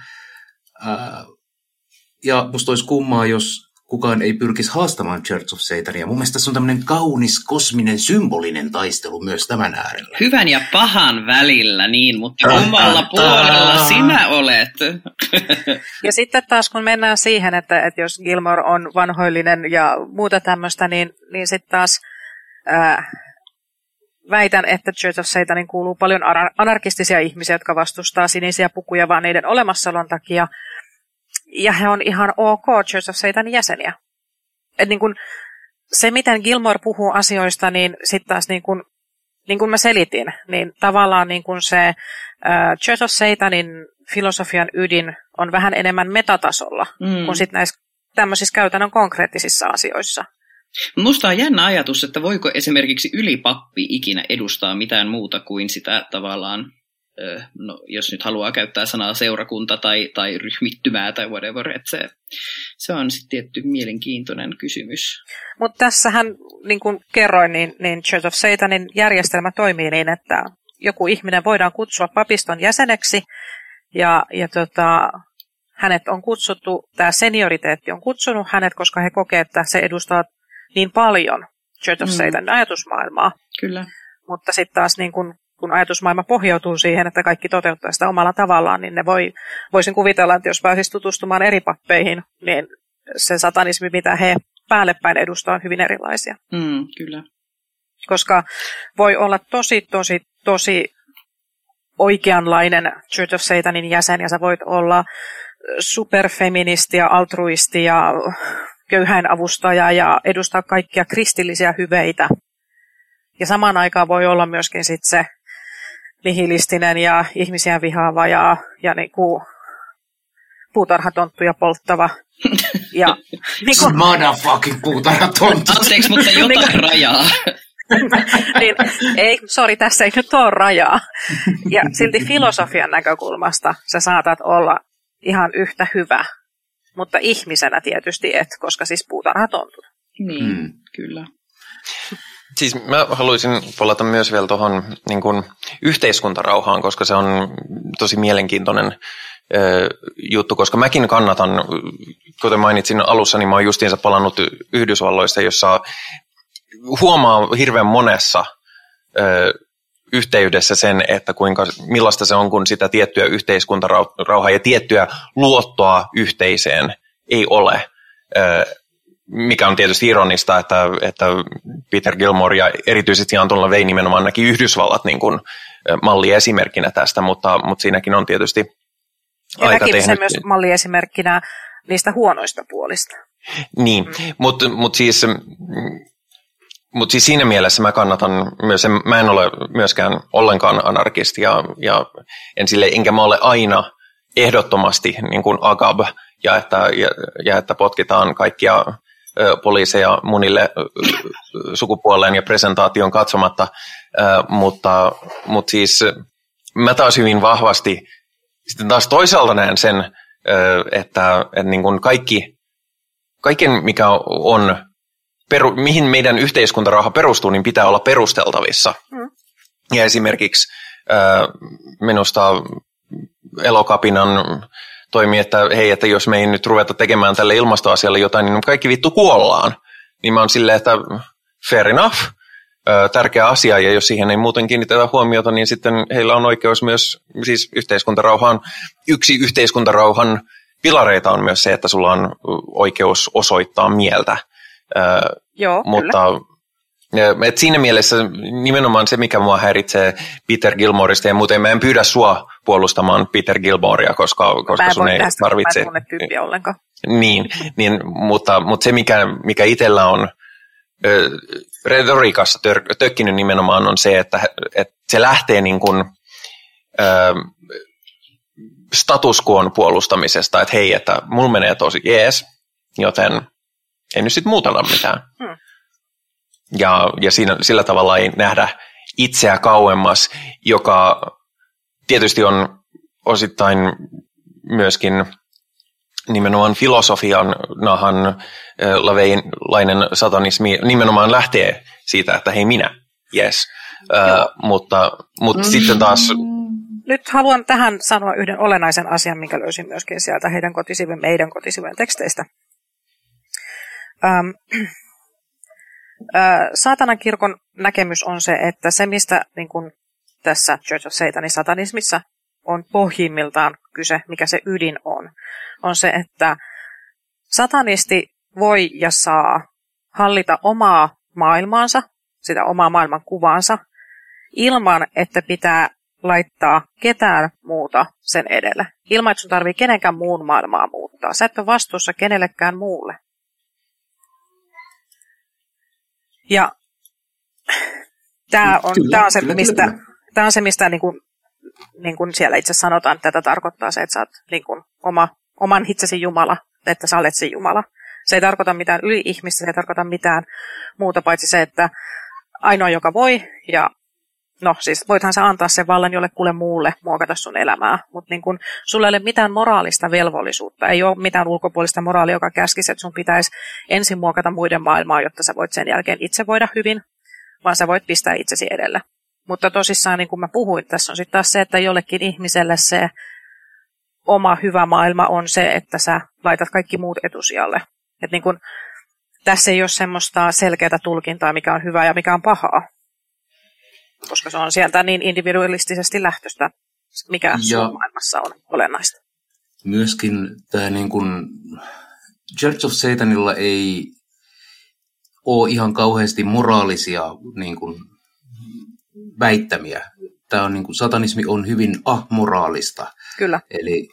Ja musta olisi kummaa, jos kukaan ei pyrkisi haastamaan Church of Satania. Mun mielestä tässä on tämmöinen kaunis, kosminen, symbolinen taistelu myös tämän äärellä. Hyvän ja pahan välillä, niin, mutta kummalla puolella sinä olet. Ja sitten taas kun mennään siihen, että jos Gilmore on vanhoillinen ja muuta tämmöistä, niin sitten taas väitän, että Church of Satanin kuuluu paljon anarkistisia ihmisiä, jotka vastustaa sinisiä pukuja vaan niiden olemassaolon takia. Ja he on ihan ok Church of Satanin jäseniä. Et niin kun, se, miten Gilmore puhuu asioista, niin sitten taas niin kun mä selitin, niin tavallaan niin kun se Church of Satanin filosofian ydin on vähän enemmän metatasolla kuin sitten näissä tämmöisissä käytännön konkreettisissa asioissa. Musta on jännä ajatus, että voiko esimerkiksi ylipappi ikinä edustaa mitään muuta kuin sitä tavallaan, no, jos nyt haluaa käyttää sanaa seurakunta tai ryhmittymää tai whatever, että se on sitten tietty mielenkiintoinen kysymys. Mutta tässähän, niin kuin kerroin, niin Church of Satanin järjestelmä toimii niin, että joku ihminen voidaan kutsua papiston jäseneksi ja hänet on kutsuttu, tämä senioriteetti on kutsunut hänet, koska he kokee, että se edustaa niin paljon Church of Satanin ajatusmaailmaa. Kyllä. Mutta sitten taas niin kun ajatusmaailma pohjautuu siihen, että kaikki toteuttaa sitä omalla tavallaan, niin voisin kuvitella, että jos pääsisi tutustumaan eri pappeihin, niin se satanismi, mitä he päälle päin edustaa, on hyvin erilaisia. Kyllä. Koska voi olla tosi oikeanlainen Church of Satanin jäsen, ja sä voit olla superfeministi ja altruisti ja köyhäinavustaja ja edustaa kaikkia kristillisiä hyveitä. Ja samaan aikaan voi olla myöskin sit se nihilistinen ja ihmisiä vihaava ja niinku puutarhatonttuja polttava. Ja, niinku, motherfucking puutarhatonttu. Anteeksi, mutta jotain rajaa. Niin, ei, sori, tässä ei nyt ole rajaa. Ja silti filosofian näkökulmasta sä saatat olla ihan yhtä hyvä, mutta ihmisenä tietysti et, koska siis puutarhatontut. Niin, kyllä. Siis mä haluaisin palata myös vielä tuohon niin kuin yhteiskuntarauhaan, koska se on tosi mielenkiintoinen juttu, koska mäkin kannatan, kuten mainitsin alussa, niin mä oon justiinsa palannut Yhdysvalloista, jossa huomaa hirveän monessa yhteydessä sen, että millaista se on, kun sitä tiettyä yhteiskuntarauhaa ja tiettyä luottoa yhteiseen ei ole. Mikä on tietysti ironista, että Peter Gilmore ja erityisesti Anton LaVey nimenomaan näki Yhdysvallat niin kuin malliesimerkkinä tästä, mutta siinäkin on tietysti ja aika tehnyt. Ja näki myös malliesimerkkinä niistä huonoista puolista. Niin, mutta siis siinä mielessä mä kannatan myös, mä en ole myöskään ollenkaan anarkisti ja enkä mä ole aina ehdottomasti niin kuin agab ja että potkitaan kaikkia poliiseja munille sukupuoleen ja presentaation katsomatta, mutta siis mä taas hyvin vahvasti sitten taas toisaalta näen sen, että niin kuin kaiken mikä on, mihin meidän yhteiskuntarauha perustuu, niin pitää olla perusteltavissa. Ja esimerkiksi minusta Elokapinan toimii, että hei, että jos me ei nyt ruveta tekemään tälle ilmastoasialle jotain, niin kaikki vittu kuollaan. Niin mä oon silleen, että fair enough, tärkeä asia, ja jos siihen ei muuten kiinnitetä huomiota, niin sitten heillä on oikeus myös, siis yhteiskuntarauhaan. Yksi yhteiskuntarauhan pilareita on myös se, että sulla on oikeus osoittaa mieltä. Joo, mutta et siinä mielessä nimenomaan se, mikä mua häiritsee Peter Gilmoresta ja muuten, mä en pyydä sua puolustamaan Peter Gilmorea, koska sun ei tarvitse. Mä en tunne tyyppiä ollenkaan. Niin, mutta se, mikä itsellä on retoriikassa tökkinyt nimenomaan, on se, että se lähtee niin kuin status quoon puolustamisesta, että hei, että mulla menee tosi jees, joten ei nyt sitten muutella mitään. Ja sillä tavalla ei nähdä itseä kauemmas, joka tietysti on osittain myöskin nimenomaan filosofian nahan laveilainen satanismi nimenomaan lähtee siitä, että hei minä, yes. Mutta sitten taas... Nyt haluan tähän sanoa yhden olennaisen asian, minkä löysin myöskin sieltä meidän kotisivujen teksteistä. Saatanan kirkon näkemys on se, että se, mistä niin kuin tässä Church of Satanin satanismissa on pohjimmiltaan kyse, mikä se ydin on se, että satanisti voi ja saa hallita omaa maailmaansa, sitä omaa maailmankuvaansa, ilman, että pitää laittaa ketään muuta sen edelle. Ilman, että sun tarvii kenenkään muun maailmaa muuttaa. Sä et ole vastuussa kenellekään muulle. Ja tämä on se, mistä niin kuin siellä itse sanotaan, että tätä tarkoittaa se, että sä oot niin kuin oman itsesi Jumala, että sä olet se Jumala. Se ei tarkoita mitään yli-ihmistä, se ei tarkoita mitään muuta, paitsi se, että ainoa, joka voi, ja no siis voithan sä antaa sen vallan jollekulle muulle muokata sun elämää, mutta niin kun sulla ei ole mitään moraalista velvollisuutta, ei ole mitään ulkopuolista moraalia, joka käskisi, että sun pitäisi ensin muokata muiden maailmaa, jotta sä voit sen jälkeen itse voida hyvin, vaan sä voit pistää itsesi edelle. Mutta tosissaan, niin kuin mä puhuin, tässä on sitten taas se, että jollekin ihmiselle se oma hyvä maailma on se, että sä laitat kaikki muut etusijalle. Että niin kun, tässä ei ole semmoista selkeää tulkintaa, mikä on hyvää ja mikä on pahaa, koska se on sieltä niin individualistisesti lähtöstä, mikä sun maailmassa on olennaista. Myöskin tämä niin kuin Church of Satanilla ei ole ihan kauheasti moraalisia niin kuin väittämiä. Tämä on, niin kuin, satanismi on hyvin amoraalista. Kyllä. Eli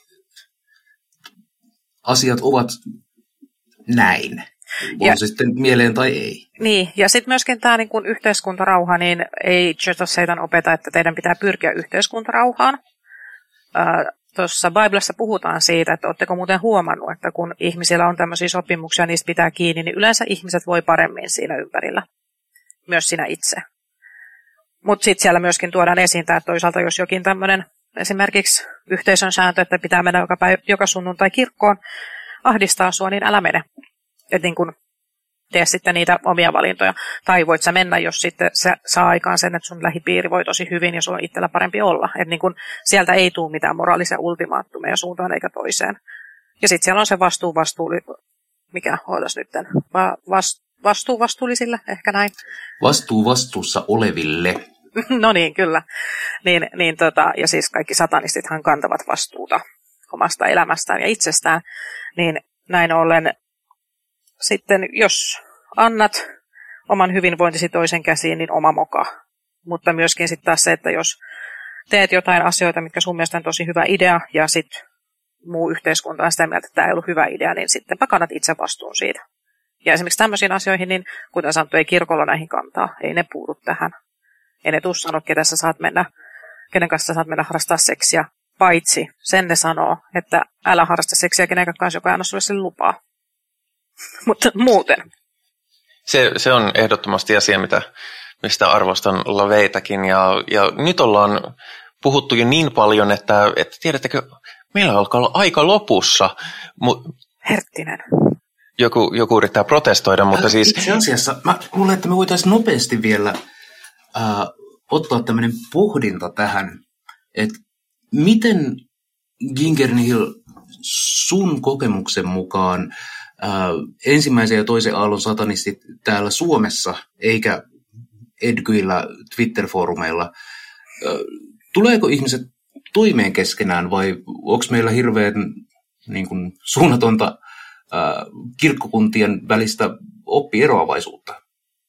asiat ovat näin. On se sitten mieleen tai ei. Niin, ja sitten myöskin tämä niin kun yhteiskuntarauha, niin ei Church of Satan opeta, että teidän pitää pyrkiä yhteiskuntarauhaan. Tuossa Biblessa puhutaan siitä, että oletteko muuten huomannut, että kun ihmisillä on tämmöisiä sopimuksia, niistä pitää kiinni, niin yleensä ihmiset voi paremmin siinä ympärillä. Myös sinä itse. Mutta sitten siellä myöskin tuodaan esiin, että toisaalta jos jokin tämmöinen esimerkiksi yhteisön sääntö, että pitää mennä joka sunnuntai kirkkoon, ahdistaa sua, niin älä mene. Että niin kun tee sitten niitä omia valintoja. Tai voit sä mennä, jos sitten se saa aikaan sen, että sun lähipiiri voi tosi hyvin ja sulla on itsellä parempi olla. Että niin kun sieltä ei tule mitään moraalisia ultimaattumeja suuntaan eikä toiseen. Ja sitten siellä on se mikä ootas nytten? Vastuullisille, ehkä näin. Vastuussa oleville. No niin, kyllä. Ja siis kaikki satanistithan kantavat vastuuta omasta elämästään ja itsestään. Niin näin ollen sitten, jos annat oman hyvinvointisi toisen käsiin, niin oma moka. Mutta myöskin sitten taas se, että jos teet jotain asioita, mitkä sun mielestä on tosi hyvä idea, ja sitten muu yhteiskunta on sitä mieltä, että tämä ei ollut hyvä idea, niin sittenpä kannat itse vastuun siitä. Ja esimerkiksi tämmöisiin asioihin, niin kuten sanottu, ei kirkolla näihin kantaa. Ei ne puudu tähän. Ei ne tuu sanoa, kenen kanssa saat mennä harrastaa seksiä. Paitsi sen ne sanoo, että älä harrasta seksiä kenenkään kanssa, joka ei anna sulle sen lupaa. Mutta muuten. Se on ehdottomasti asia, mistä arvostan Laveitäkin. Ja nyt ollaan puhuttu jo niin paljon, että tiedättekö, meillä alkaa olla aika lopussa. Herttinen. Joku yrittää protestoida, mutta siis... Itse asiassa, mä luulen, että me voitaisiin nopeasti vielä ottaa tämmöinen pohdinta tähän, että miten Ginger Nihil sun kokemuksen mukaan ensimmäisen ja toisen aallon satanistit täällä Suomessa, eikä Edgyillä Twitter-foorumeilla, tuleeko ihmiset toimeen keskenään vai onko meillä hirveän niin kuin, suunnatonta kirkkokuntien välistä oppieroavaisuutta?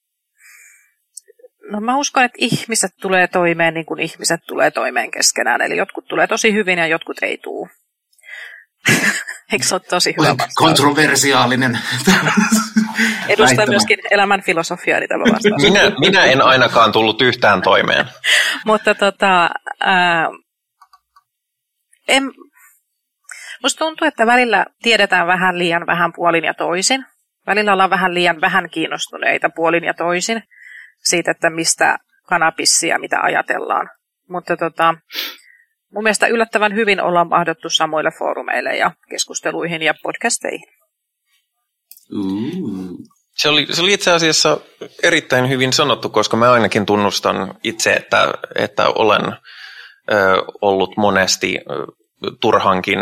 No mä uskon, että ihmiset tulee toimeen niin kuin ihmiset tulee toimeen keskenään. Eli jotkut tulee tosi hyvin ja jotkut ei tule. Eikö se ole tosi hyvä vastaus? Kontroversiaalinen. Edustaa myöskin elämän filosofiaa, niin tämä vastaus. Minä en ainakaan tullut yhtään toimeen. Mutta musta tuntuu, että välillä tiedetään vähän liian vähän puolin ja toisin. Välillä ollaan vähän liian vähän kiinnostuneita puolin ja toisin siitä, että mistä kanapisia mitä ajatellaan. Mutta mun mielestä yllättävän hyvin ollaan mahdottu samoille foorumeille ja keskusteluihin ja podcasteihin. Se oli itse asiassa erittäin hyvin sanottu, koska mä ainakin tunnustan itse, että olen ollut monesti turhankin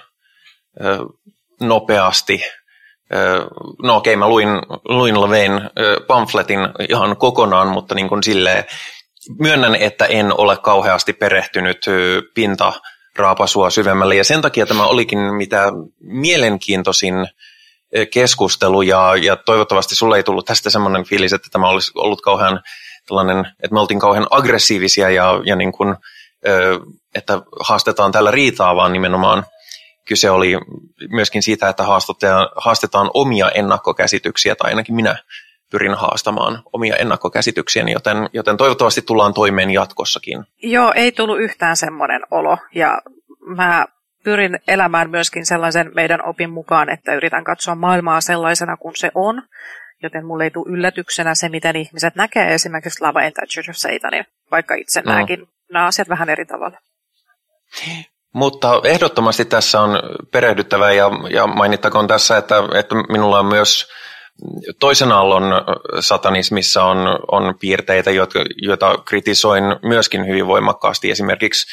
nopeasti. No okei, mä luin Lavein pamfletin ihan kokonaan, mutta niin kuin silleen myönnän, että en ole kauheasti perehtynyt pintaraapasua syvemmälle. Ja sen takia tämä olikin mitä mielenkiintoisin keskustelu. Ja toivottavasti sulle ei tullut tästä semmoinen fiilis, että tämä olisi ollut kauhean että me oltiin kauhean aggressiivisia ja niin kuin, että haastetaan tällä riitaa, vaan nimenomaan kyse oli myöskin siitä, että haastetaan omia ennakkokäsityksiä, tai ainakin minä pyrin haastamaan omia ennakkokäsityksiäni, joten toivottavasti tullaan toimeen jatkossakin. Joo, ei tullut yhtään semmoinen olo, ja mä pyrin elämään myöskin sellaisen meidän opin mukaan, että yritän katsoa maailmaa sellaisena kuin se on, joten mulle ei tule yllätyksenä se, miten ihmiset näkee esimerkiksi Lava tai Church of Satanin, vaikka itse näenkin nämä asiat vähän eri tavalla. Mutta ehdottomasti tässä on perehdyttävä ja mainittakoon tässä, että minulla on myös toisen aallon satanismissa on piirteitä, joita kritisoin myöskin hyvin voimakkaasti. Esimerkiksi,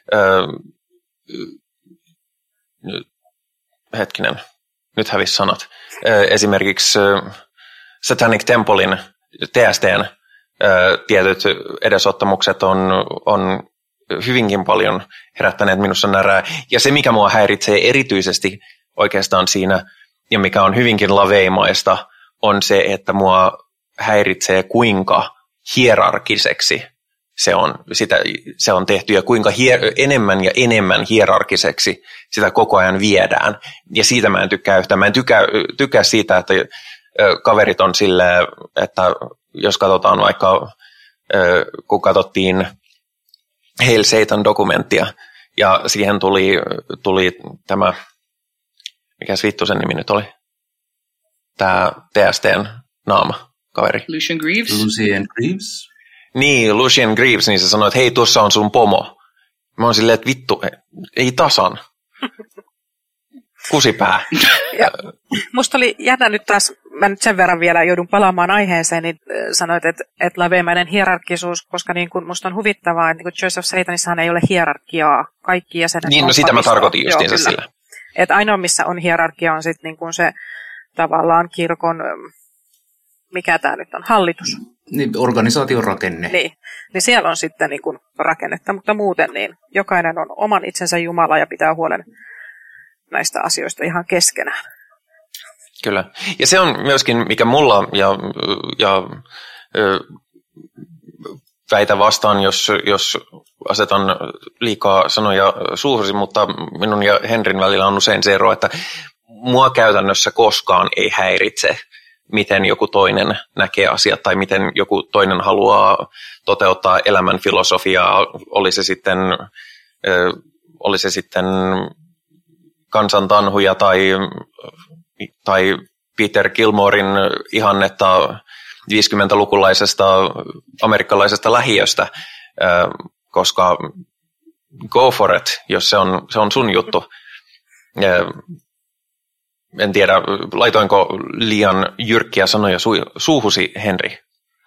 nyt hävisi sanat. Esimerkiksi Satanic Templein, TSTn tietyt edesottamukset on hyvinkin paljon herättäneet minussa närää. Ja se, mikä mua häiritsee erityisesti oikeastaan siinä, ja mikä on hyvinkin laveimaista, on se, että mua häiritsee, kuinka hierarkiseksi se on tehty, ja kuinka enemmän ja enemmän hierarkiseksi sitä koko ajan viedään. Ja siitä mä en tykkää yhtään. Mä en tykkää siitä, että kaverit on silleen, että jos katsotaan vaikka, kun katsottiin Hail Satan-dokumenttia, ja siihen tuli tämä, mikäs vittu sen nimi nyt oli? Tämä TSTn naama, kaveri. Lucian Greaves. Niin, Lucian Greaves, niin se sanoi, että hei, tuossa on sun pomo. Mä oon silleen, että vittu, ei tasan. Kusipää. Ja, musta oli jännä nyt taas, mä nyt sen verran vielä joudun palaamaan aiheeseen, niin sanoit, että laveimainen hierarkisuus, koska niin kun musta on huvittavaa, että niin Church of Satanissahan ei ole hierarkiaa. Kaikki jäsenet niin, no sitä mä tarkoitin justiinsa sillä. Että ainoa, missä on hierarkia, on sitten niin se tavallaan kirkon, mikä tämä nyt on, hallitus. Niin, organisaation rakenne. Niin siellä on sitten niin kuin rakennetta, mutta muuten niin jokainen on oman itsensä Jumala ja pitää huolen näistä asioista ihan keskenään. Kyllä. Ja se on myöskin, mikä mulla ja väitä vastaan, jos asetan liikaa sanoja suuhusi, mutta minun ja Henrin välillä on usein se ero, että mua käytännössä koskaan ei häiritse, miten joku toinen näkee asiat tai miten joku toinen haluaa toteuttaa elämän filosofiaa, oli se sitten kansantanhuja tai Peter Gilmoren ihannetta 50-lukulaisesta amerikkalaisesta lähiöstä, koska go for it, jos se on sun juttu. En tiedä, laitoinko liian jyrkkiä sanoja suuhusi, Henri?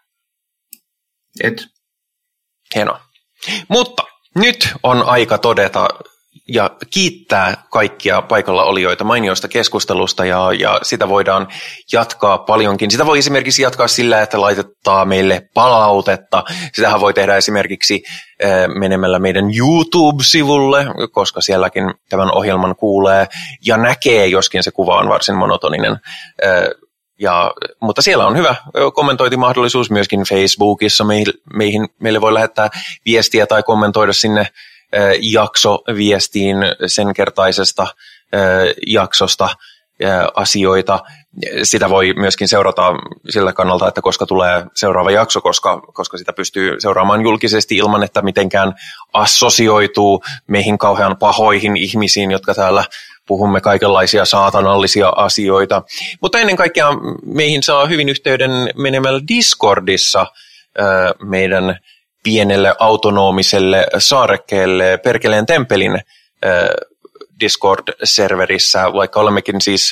Et. Hienoa. Mutta nyt on aika todeta ja kiittää kaikkia paikalla olijoita mainioista keskustelusta ja sitä voidaan jatkaa paljonkin. Sitä voi esimerkiksi jatkaa sillä, että laitetaan meille palautetta. Sitähän voi tehdä esimerkiksi menemällä meidän YouTube-sivulle, koska sielläkin tämän ohjelman kuulee ja näkee, joskin se kuva on varsin monotoninen. Mutta siellä on hyvä kommentointimahdollisuus myöskin Facebookissa. Meille voi lähettää viestiä tai kommentoida sinne jaksoviestiin sen kertaisesta jaksosta asioita. Sitä voi myöskin seurata sillä kannalta, että koska tulee seuraava jakso, koska sitä pystyy seuraamaan julkisesti ilman, että mitenkään assosioituu meihin kauhean pahoihin ihmisiin, jotka täällä puhumme kaikenlaisia saatanallisia asioita. Mutta ennen kaikkea meihin saa hyvin yhteyden menemällä Discordissa meidän pienelle autonomiselle saarekkeelle Perkeleen temppelin Discord-serverissä, vaikka olemmekin siis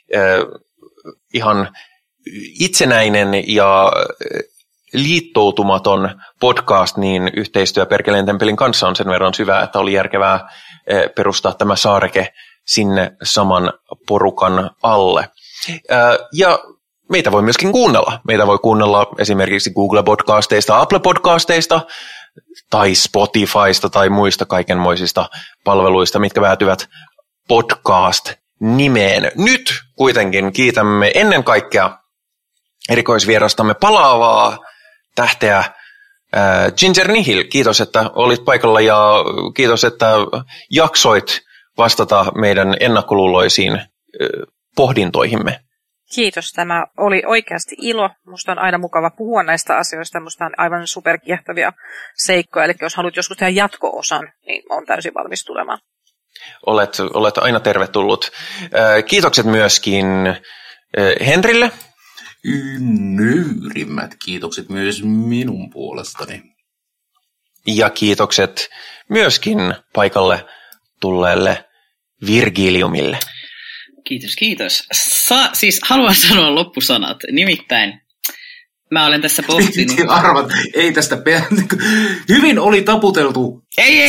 ihan itsenäinen ja liittoutumaton podcast, niin yhteistyö Perkeleen temppelin kanssa on sen verran syvää, että oli järkevää perustaa tämä saareke sinne saman porukan alle. Ja meitä voi myöskin kuunnella. Meitä voi kuunnella esimerkiksi Google-podcasteista, Apple-podcasteista tai Spotifysta tai muista kaikenmoisista palveluista, mitkä päätyvät podcast-nimeen. Nyt kuitenkin kiitämme ennen kaikkea erikoisvierastamme palaavaa tähteä Ginger Nihil, kiitos, että olit paikalla ja kiitos, että jaksoit vastata meidän ennakkoluuloisiin pohdintoihimme. Kiitos. Tämä oli oikeasti ilo. Musta on aina mukava puhua näistä asioista. Musta on aivan superkiehtovia seikkoja. Eli jos haluat joskus tehdä jatko-osan, niin olen täysin valmis tulemaan. Olet aina tervetullut. Kiitokset myöskin Henrille. Nöyrimmät kiitokset myös minun puolestani. Ja kiitokset myöskin paikalle tulleelle Virgiliumille. Kiitos. Siis haluan sanoa loppusanat. Nimittäin mä olen tässä pohtinut. Arvat, ei tästä hyvin oli taputeltu. Ei,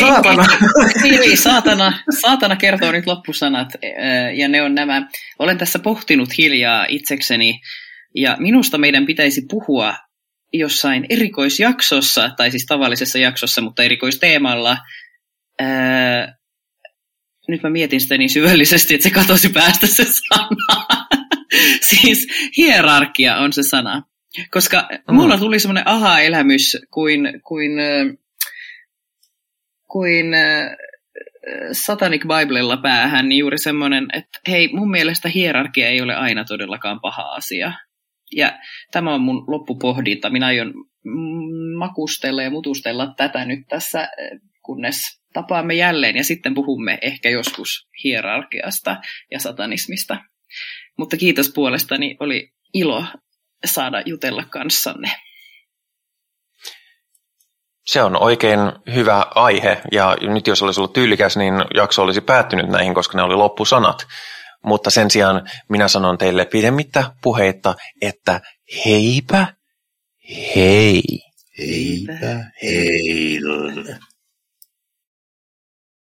saatana kertoo nyt loppusanat. Ja ne on nämä. Olen tässä pohtinut hiljaa itsekseni. Ja minusta meidän pitäisi puhua jossain erikoisjaksossa, tai siis tavallisessa jaksossa, mutta erikoisteemalla. Nyt mä mietin sitä niin syvällisesti, että se katosi päästä se sana. Siis hierarkia on se sana. Koska mulla tuli semmoinen aha-elämys kuin Satanic Biblella päähän, niin juuri semmoinen, että hei, mun mielestä hierarkia ei ole aina todellakaan paha asia. Ja tämä on mun loppupohdinta. Minä aion makustella ja mutustella tätä nyt tässä, kunnes tapaamme jälleen ja sitten puhumme ehkä joskus hierarkiasta ja satanismista. Mutta kiitos puolestani, oli ilo saada jutella kanssanne. Se on oikein hyvä aihe ja nyt jos olisi ollut tyylikäs, niin jakso olisi päättynyt näihin, koska ne oli loppusanat. Mutta sen sijaan minä sanon teille pidemmittä puheitta, että heipä hei. Heipä heille.